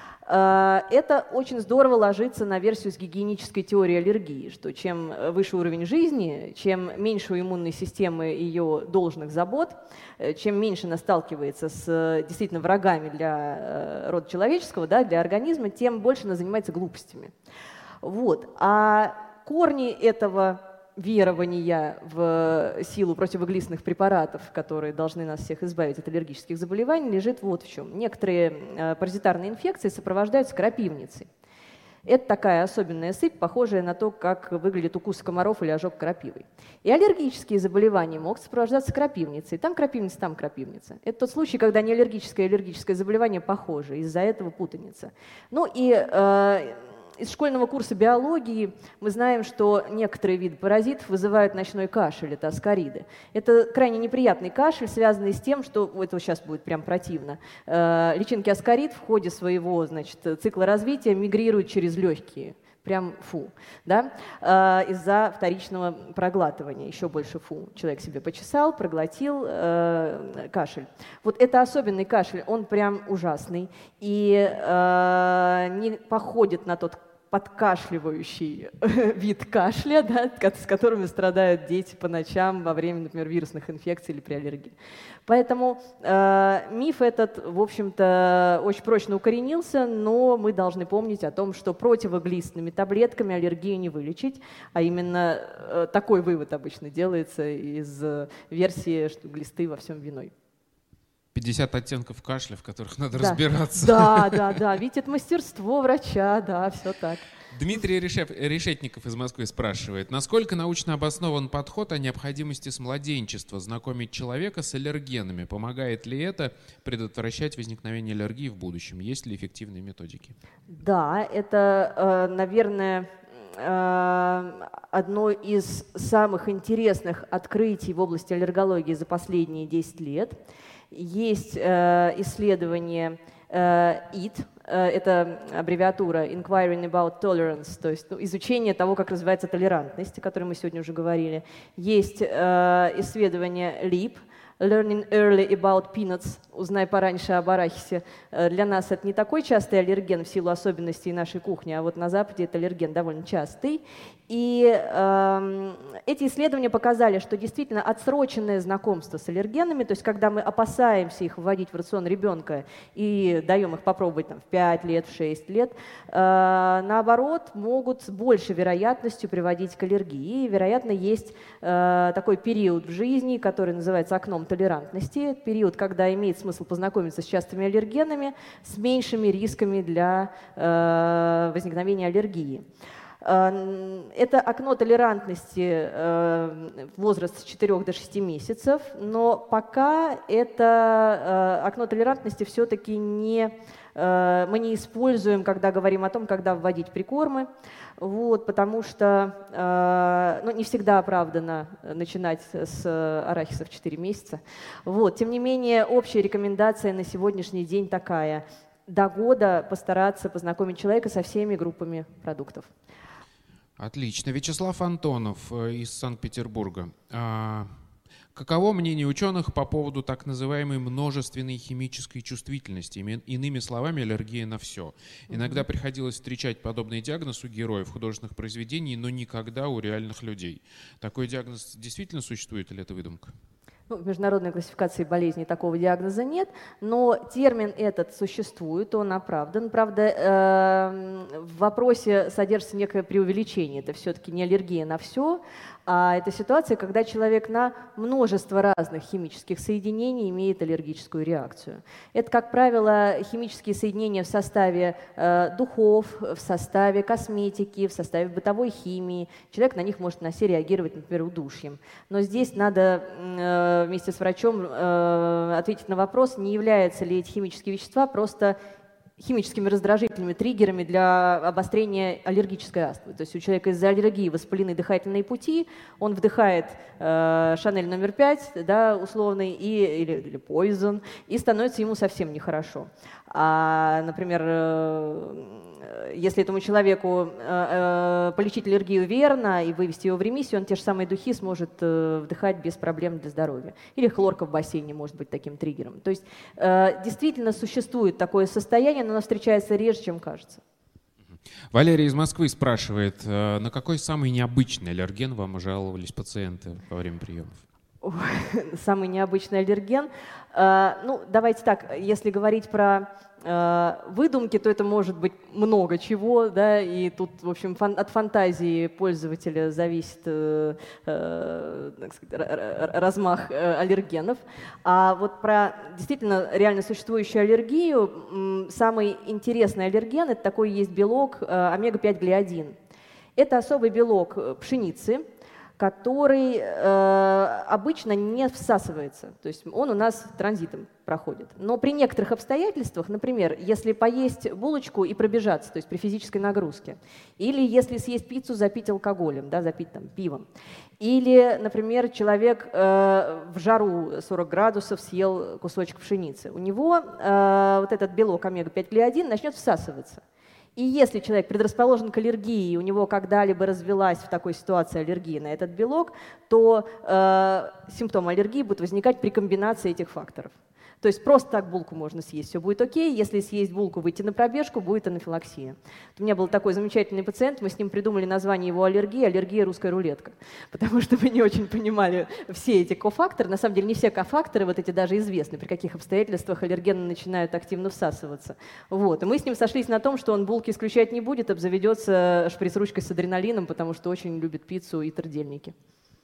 Это очень здорово ложится на версию с гигиенической теорией аллергии, что чем выше уровень жизни, чем меньше у иммунной системы ее должных забот, чем меньше она сталкивается с действительно врагами для рода человеческого, да, для организма, тем больше она занимается глупостями. Вот. А корни этого верования в силу противоглистных препаратов, которые должны нас всех избавить от аллергических заболеваний, лежит вот в чем. Некоторые паразитарные инфекции сопровождаются крапивницей. Это такая особенная сыпь, похожая на то, как выглядит укус комаров или ожог крапивой. И аллергические заболевания могут сопровождаться крапивницей. Там крапивница, там крапивница. Это тот случай, когда неаллергическое и аллергическое заболевание похожи, из-за этого путаница. Ну и из школьного курса биологии мы знаем, что некоторые виды паразитов вызывают ночной кашель, это аскариды. Это крайне неприятный кашель, связанный с тем, что, это сейчас будет прям противно, личинки аскарид в ходе своего, значит, цикла развития мигрируют через легкие. Прям фу, да, из-за вторичного проглатывания, еще больше фу. Человек себе почесал, проглотил кашель. Вот это особенный кашель, он прям ужасный и не походит на тот подкашливающий вид кашля, да, с которыми страдают дети по ночам во время, например, вирусных инфекций или при аллергии. Поэтому миф этот, в общем-то, очень прочно укоренился, но мы должны помнить о том, что противоглистными таблетками аллергию не вылечить, а именно такой вывод обычно делается из версии, что глисты во всем виной. 50 оттенков кашля, в которых надо разбираться. Да. Ведь это мастерство врача, да, все так. Дмитрий Решетников из Москвы спрашивает, насколько научно обоснован подход о необходимости с младенчества знакомить человека с аллергенами? Помогает ли это предотвращать возникновение аллергии в будущем? Есть ли эффективные методики? Да, это, наверное, одно из самых интересных открытий в области аллергологии за последние 10 лет. Есть исследование IT, это аббревиатура Inquiring about Tolerance, то есть изучение того, как развивается толерантность, о которой мы сегодня уже говорили. Есть исследование LEAP, Learning Early About Peanuts, узнай пораньше об арахисе. Для нас это не такой частый аллерген в силу особенностей нашей кухни, а вот на Западе это аллерген довольно частый. И эти исследования показали, что действительно отсроченное знакомство с аллергенами, то есть когда мы опасаемся их вводить в рацион ребенка и даем их попробовать там, в 5 лет, в 6 лет, наоборот, могут с большей вероятностью приводить к аллергии. И, вероятно, есть такой период в жизни, который называется окном толерантности, период, когда имеет смысл познакомиться с частыми аллергенами, с меньшими рисками для возникновения аллергии. Это окно толерантности возраст с 4 до 6 месяцев, но пока это окно толерантности все-таки мы не используем, когда говорим о том, когда вводить прикормы, потому что не всегда оправдано начинать с арахиса в 4 месяца. Тем не менее, общая рекомендация на сегодняшний день такая: до года постараться познакомить человека со всеми группами продуктов. Отлично. Вячеслав Антонов из Санкт-Петербурга. Каково мнение ученых по поводу так называемой множественной химической чувствительности? Иными словами, аллергия на все. Иногда приходилось встречать подобный диагноз у героев художественных произведений, но никогда у реальных людей. Такой диагноз действительно существует или это выдумка? В международной классификации болезней такого диагноза нет, но термин этот существует, он оправдан. Правда, в вопросе содержится некое преувеличение. Это все-таки не аллергия на все, а это ситуация, когда человек на множество разных химических соединений имеет аллергическую реакцию. Это, как правило, химические соединения в составе духов, в составе косметики, в составе бытовой химии. Человек на них может на все реагировать, например, удушьем. Но здесь надо вместе с врачом ответить на вопрос, не являются ли эти химические вещества просто химическими раздражителями, триггерами для обострения аллергической астмы. То есть у человека из-за аллергии воспалены дыхательные пути, он вдыхает Шанель номер 5, да, условный, или Poison, и становится ему совсем нехорошо. Например, если этому человеку полечить аллергию верно и вывести его в ремиссию, он те же самые духи сможет вдыхать без проблем для здоровья. Или хлорка в бассейне может быть таким триггером. То есть действительно существует такое состояние, но оно встречается реже, чем кажется. Валерий из Москвы спрашивает, на какой самый необычный аллерген вам жаловались пациенты во время приемов? Самый необычный аллерген. Давайте так, если говорить про выдумки, то это может быть много чего, да, и тут, в общем, от фантазии пользователя зависит так сказать, размах аллергенов. А вот про действительно реально существующую аллергию, самый интересный аллерген – это такой есть белок омега-5-глиадин. Это особый белок пшеницы, который обычно не всасывается, то есть он у нас транзитом проходит. Но при некоторых обстоятельствах, например, если поесть булочку и пробежаться, то есть при физической нагрузке, или если съесть пиццу, запить алкоголем, да, запить там, пивом, или, например, человек в жару 40 градусов съел кусочек пшеницы, у него вот этот белок омега-5-глиадин начнет всасываться. И если человек предрасположен к аллергии, и у него когда-либо развилась в такой ситуации аллергия на этот белок, то симптомы аллергии будут возникать при комбинации этих факторов. То есть просто так булку можно съесть, все будет окей. Если съесть булку, выйти на пробежку, будет анафилаксия. У меня был такой замечательный пациент, мы с ним придумали название его аллергии — аллергия русская рулетка. Потому что мы не очень понимали все эти кофакторы. На самом деле не все кофакторы вот эти даже известны, при каких обстоятельствах аллергены начинают активно всасываться. И мы с ним сошлись на том, что он булки исключать не будет, обзаведется шприц-ручкой с адреналином, потому что очень любит пиццу и тырдельники.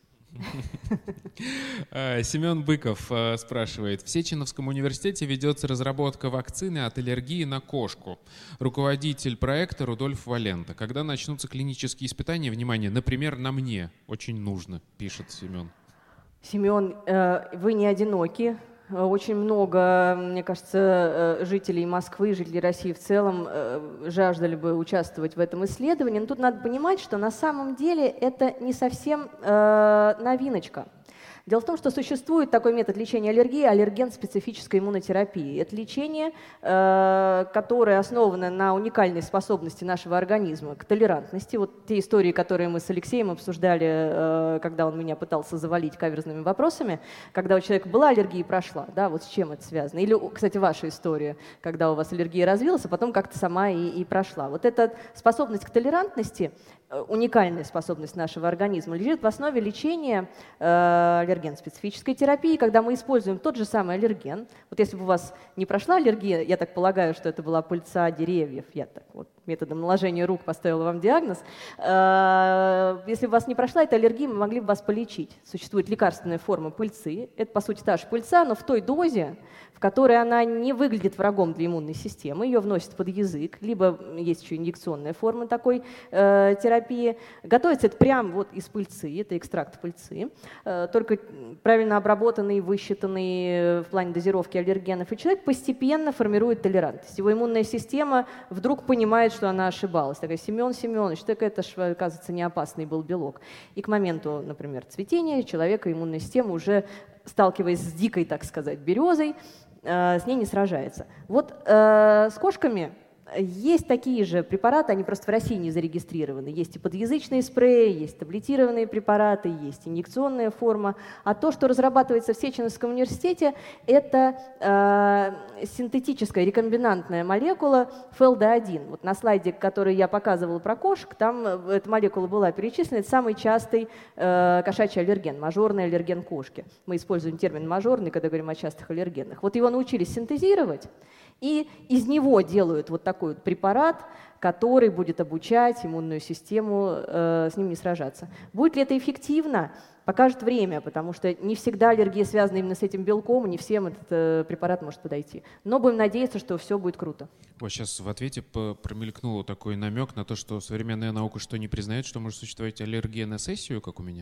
Семен Быков спрашивает. В Сеченовском университете ведется разработка вакцины от аллергии на кошку. Руководитель проекта Рудольф Валента. Когда начнутся клинические испытания? Внимание, например, на мне. Очень нужно, пишет Семен. Семен, вы не одиноки. Очень много, мне кажется, жителей Москвы, жителей России в целом жаждали бы участвовать в этом исследовании. Но тут надо понимать, что на самом деле это не совсем новиночка. Дело в том, что существует такой метод лечения аллергии — аллерген-специфической иммунотерапии. Это лечение, которое основано на уникальной способности нашего организма к толерантности. Вот те истории, которые мы с Алексеем обсуждали, когда он меня пытался завалить каверзными вопросами, когда у человека была аллергия и прошла, да, вот с чем это связано. Или, кстати, ваша история, когда у вас аллергия развилась, а потом как-то сама и прошла. Вот эта способность к толерантности, уникальная способность нашего организма, лежит в основе лечения аллерген-специфической терапии, когда мы используем тот же самый аллерген. Вот если бы у вас не прошла аллергия, я так полагаю, что это была пыльца деревьев, я так вот методом наложения рук поставила вам диагноз. Если у вас не прошла эта аллергия, мы могли бы вас полечить. Существует лекарственная форма пыльцы. Это, по сути, та же пыльца, но в той дозе, в которой она не выглядит врагом для иммунной системы. Ее вносят под язык, либо есть еще инъекционная форма такой терапии. Готовится это прямо вот из пыльцы, это экстракт пыльцы, только правильно обработанный, высчитанный в плане дозировки аллергенов. И человек постепенно формирует толерантность. Его иммунная система вдруг понимает, что она ошибалась. Такая: Семен Семенович, так это ж, оказывается, не опасный был белок. И к моменту, например, цветения человека иммунная система, уже сталкиваясь с дикой, так сказать, березой, с ней не сражается. Вот с кошками есть такие же препараты, они просто в России не зарегистрированы. Есть и подъязычные спреи, есть таблетированные препараты, есть инъекционная форма. А то, что разрабатывается в Сеченовском университете, это синтетическая рекомбинантная молекула ФЛД1. Вот на слайде, который я показывала про кошек, там эта молекула была перечислена. Это самый частый кошачий аллерген, мажорный аллерген кошки. Мы используем термин мажорный, когда говорим о частых аллергенах. Вот его научились синтезировать, и из него делают вот такой вот препарат, который будет обучать иммунную систему с ним не сражаться. Будет ли это эффективно, покажет время, потому что не всегда аллергия связана именно с этим белком, и не всем этот препарат может подойти. Но будем надеяться, что все будет круто. Вот сейчас в ответе промелькнул такой намек на то, что современная наука что не признает, что может существовать аллергия на сессию, как у меня.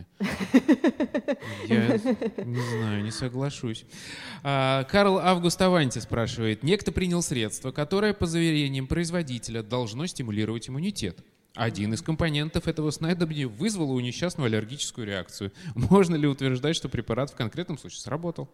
Я не знаю, не соглашусь. Карл Август Аванти спрашивает. Некто принял средство, которое, по заверениям производителя, должно стимулировать иммунитет. Один из компонентов этого снадобья вызвал у несчастного аллергическую реакцию. Можно ли утверждать, что препарат в конкретном случае сработал?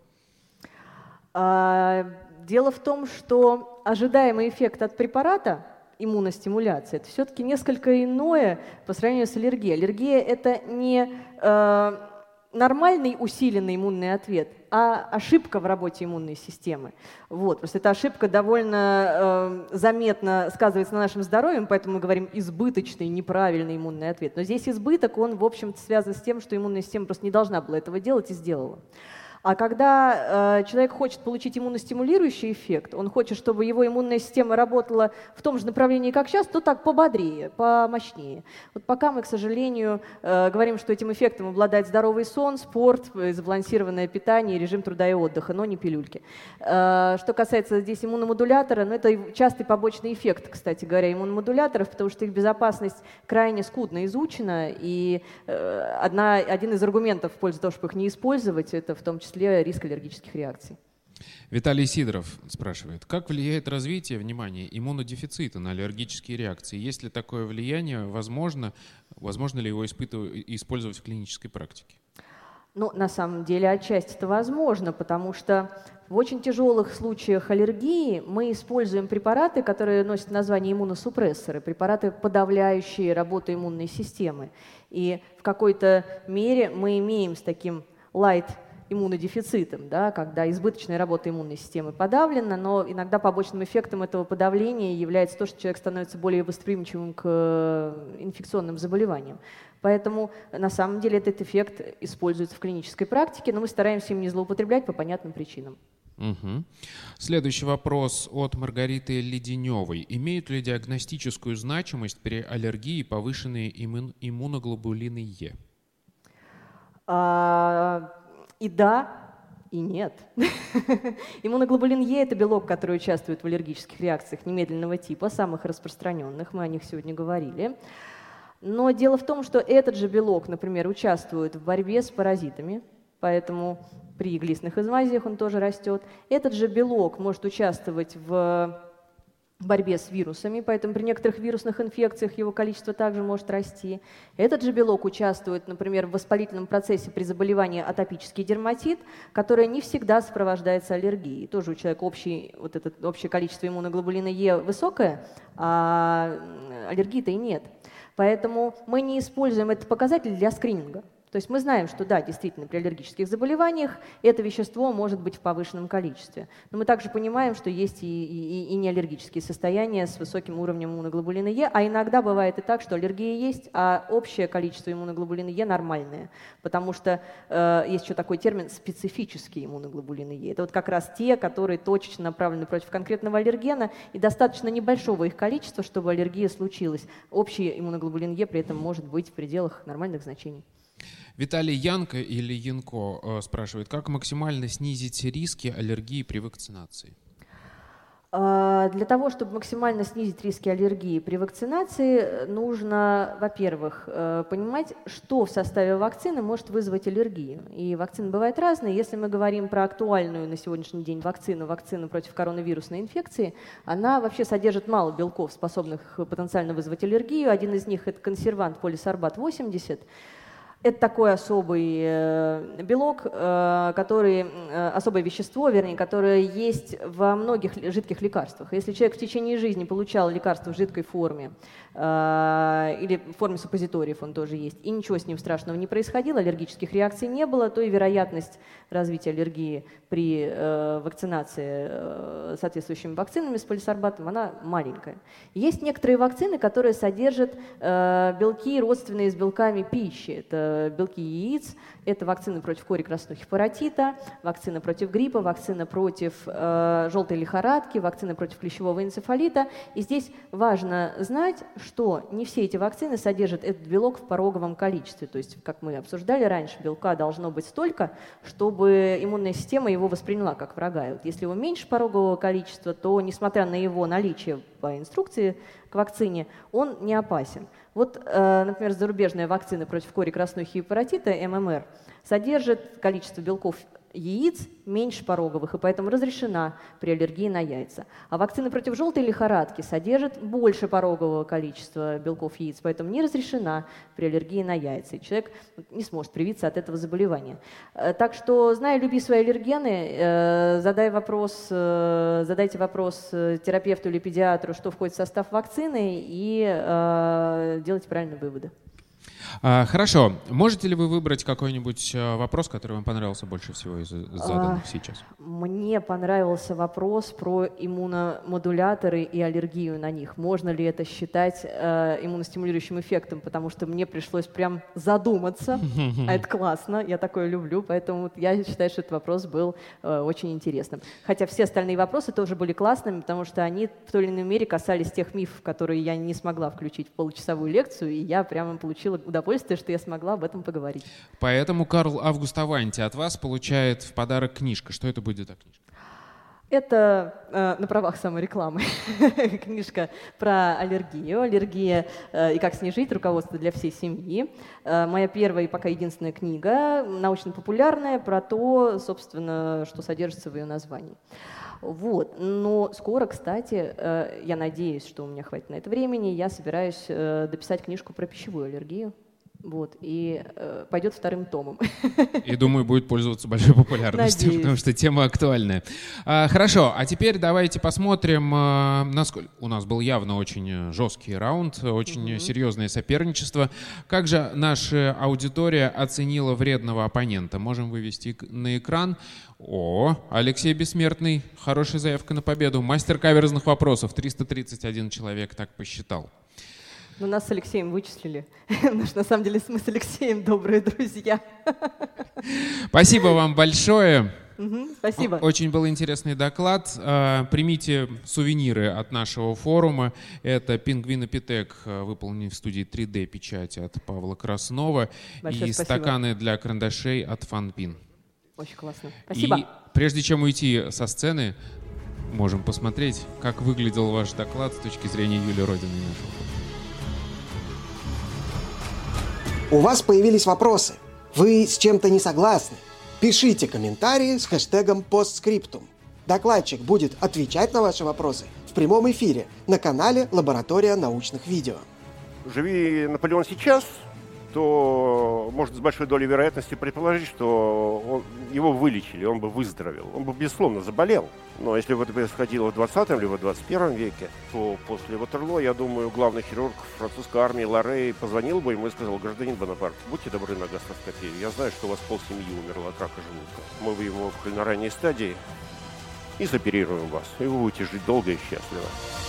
Дело в том, что ожидаемый эффект от препарата, иммуностимуляция, это все-таки несколько иное по сравнению с аллергией. Аллергия – это не нормальный усиленный иммунный ответ, а ошибка в работе иммунной системы. Вот. Просто эта ошибка довольно заметно сказывается на нашем здоровье, поэтому мы говорим избыточный, неправильный иммунный ответ. Но здесь избыток, он, в общем-то, связан с тем, что иммунная система просто не должна была этого делать и сделала. А когда человек хочет получить иммуностимулирующий эффект, он хочет, чтобы его иммунная система работала в том же направлении, как сейчас, то так пободрее, помощнее. Вот пока мы, к сожалению, говорим, что этим эффектом обладает здоровый сон, спорт, сбалансированное питание, режим труда и отдыха, но не пилюльки. Что касается здесь иммуномодулятора, ну, это частый побочный эффект, кстати говоря, иммуномодуляторов, потому что их безопасность крайне скудно изучена, и один из аргументов в пользу того, чтобы их не использовать, это в том числе риск аллергических реакций. Виталий Сидоров спрашивает, как влияет развитие, внимание, иммунодефицита на аллергические реакции? Есть ли такое влияние? Возможно ли его использовать в клинической практике? Ну, на самом деле, отчасти это возможно, потому что в очень тяжелых случаях аллергии мы используем препараты, которые носят название иммуносупрессоры, препараты, подавляющие работу иммунной системы. И в какой-то мере мы имеем с таким иммунодефицитом, да, когда избыточная работа иммунной системы подавлена, но иногда побочным эффектом этого подавления является то, что человек становится более восприимчивым к инфекционным заболеваниям. Поэтому на самом деле этот эффект используется в клинической практике, но мы стараемся им не злоупотреблять по понятным причинам. Угу. Следующий вопрос от Маргариты Леденевой. Имеют ли диагностическую значимость при аллергии повышенные иммуноглобулины Е? И да, и нет. Иммуноглобулин Е – это белок, который участвует в аллергических реакциях немедленного типа, самых распространенных, мы о них сегодня говорили. Но дело в том, что этот же белок, например, участвует в борьбе с паразитами, поэтому при глистных извазиях он тоже растет. Этот же белок может участвовать в борьбе с вирусами, поэтому при некоторых вирусных инфекциях его количество также может расти. Этот же белок участвует, например, в воспалительном процессе при заболевании атопический дерматит, которое не всегда сопровождается аллергией. Тоже у человека общее количество иммуноглобулина Е высокое, а аллергии-то и нет. Поэтому мы не используем этот показатель для скрининга. То есть мы знаем, что да, действительно, при аллергических заболеваниях это вещество может быть в повышенном количестве. Но мы также понимаем, что есть и неаллергические состояния с высоким уровнем иммуноглобулина Е, а иногда бывает и так, что аллергия есть, а общее количество иммуноглобулина Е нормальное, потому что есть еще такой термин специфические иммуноглобулины Е. Это вот как раз те, которые точечно направлены против конкретного аллергена, и достаточно небольшого их количества, чтобы аллергия случилась. Общий иммуноглобулин Е при этом может быть в пределах нормальных значений. Виталий Янко или Янко спрашивает, как максимально снизить риски аллергии при вакцинации? Для того, чтобы максимально снизить риски аллергии при вакцинации, нужно, во-первых, понимать, что в составе вакцины может вызвать аллергию. И вакцины бывают разные. Если мы говорим про актуальную на сегодняшний день вакцину против коронавирусной инфекции, она вообще содержит мало белков, способных потенциально вызвать аллергию. Один из них – это консервант полисорбат-80. Это такой особый белок, особое вещество, которое есть во многих жидких лекарствах. Если человек в течение жизни получал лекарство в жидкой форме или в форме суппозиториев, он тоже есть, и ничего с ним страшного не происходило, аллергических реакций не было, то и вероятность развития аллергии при вакцинации соответствующими вакцинами с полисорбатом, она маленькая. Есть некоторые вакцины, которые содержат белки, родственные с белками пищи. Это белки яиц, это вакцины против кори краснухи паротита, вакцина против гриппа, вакцина против желтой лихорадки, вакцина против клещевого энцефалита. И здесь важно знать, что не все эти вакцины содержат этот белок в пороговом количестве. То есть, как мы обсуждали раньше, белка должно быть столько, чтобы иммунная система его восприняла как врага. И вот если его меньше порогового количества, то, несмотря на его наличие по инструкции к вакцине, он не опасен. Вот, например, зарубежная вакцина против кори краснухи и паротита, ММР, содержит количество белков яиц меньше пороговых, и поэтому разрешена при аллергии на яйца. А вакцина против желтой лихорадки содержит больше порогового количества белков яиц, поэтому не разрешена при аллергии на яйца, и человек не сможет привиться от этого заболевания. Так что, знай, люби свои аллергены, задайте вопрос терапевту или педиатру, что входит в состав вакцины, и делайте правильные выводы. Хорошо. Можете ли вы выбрать какой-нибудь вопрос, который вам понравился больше всего из заданных сейчас? Мне понравился вопрос про иммуномодуляторы и аллергию на них. Можно ли это считать иммуностимулирующим эффектом? Потому что мне пришлось прям задуматься. А это классно, я такое люблю. Поэтому я считаю, что этот вопрос был очень интересным. Хотя все остальные вопросы тоже были классными, потому что они в той или иной мере касались тех мифов, которые я не смогла включить в получасовую лекцию, и я прямо получила удовольствие, что я смогла об этом поговорить. Поэтому Карл Август Аванти от вас получает в подарок книжка. Что это будет за книжка? Это на правах саморекламы книжка про аллергию. Аллергия и как с ней жить. Руководство для всей семьи. Моя первая и пока единственная книга, научно-популярная, про то, собственно, что содержится в ее названии. Вот. Но скоро, кстати, я надеюсь, что у меня хватит на это времени, я собираюсь дописать книжку про пищевую аллергию. Вот, и пойдет вторым томом. И, думаю, будет пользоваться большой популярностью, Надеюсь. потому что тема актуальная. Хорошо, а теперь давайте посмотрим, насколько... У нас был явно очень жесткий раунд, очень серьезное соперничество. Как же наша аудитория оценила вредного оппонента? Можем вывести на экран. О, Алексей Бессмертный, хорошая заявка на победу. Мастер каверзных вопросов, 331 человек так посчитал. Но нас с Алексеем вычислили, потому что на самом деле мы с Алексеем добрые друзья. Спасибо вам большое. Спасибо. Очень был интересный доклад. Примите сувениры от нашего форума. Это пингвинопитек, выполненный в студии 3D-печати от Павла Краснова. Большое и спасибо. Стаканы для карандашей от Фанпин. Очень классно. Спасибо. И прежде чем уйти со сцены, можем посмотреть, как выглядел ваш доклад с точки зрения Юлии Родиной и нашего форума. У вас появились вопросы. Вы с чем-то не согласны? Пишите комментарии с хэштегом постскриптум. Докладчик будет отвечать на ваши вопросы в прямом эфире на канале «Лаборатория научных видео». Живи Наполеон сейчас, то можно с большой долей вероятности предположить, что его вылечили, он бы выздоровел. Он бы, безусловно, заболел, Но если бы это происходило в 20 либо в 21 веке, то после Ватерлоо, я думаю, главный хирург французской армии Лорей позвонил бы ему и сказал: гражданин Бонапарт, будьте добры на гастроскопию. Я знаю, что у вас полсемьи умерло от рака желудка. Мы выявим его на ранней стадии и соперируем вас. И вы будете жить долго и счастливо.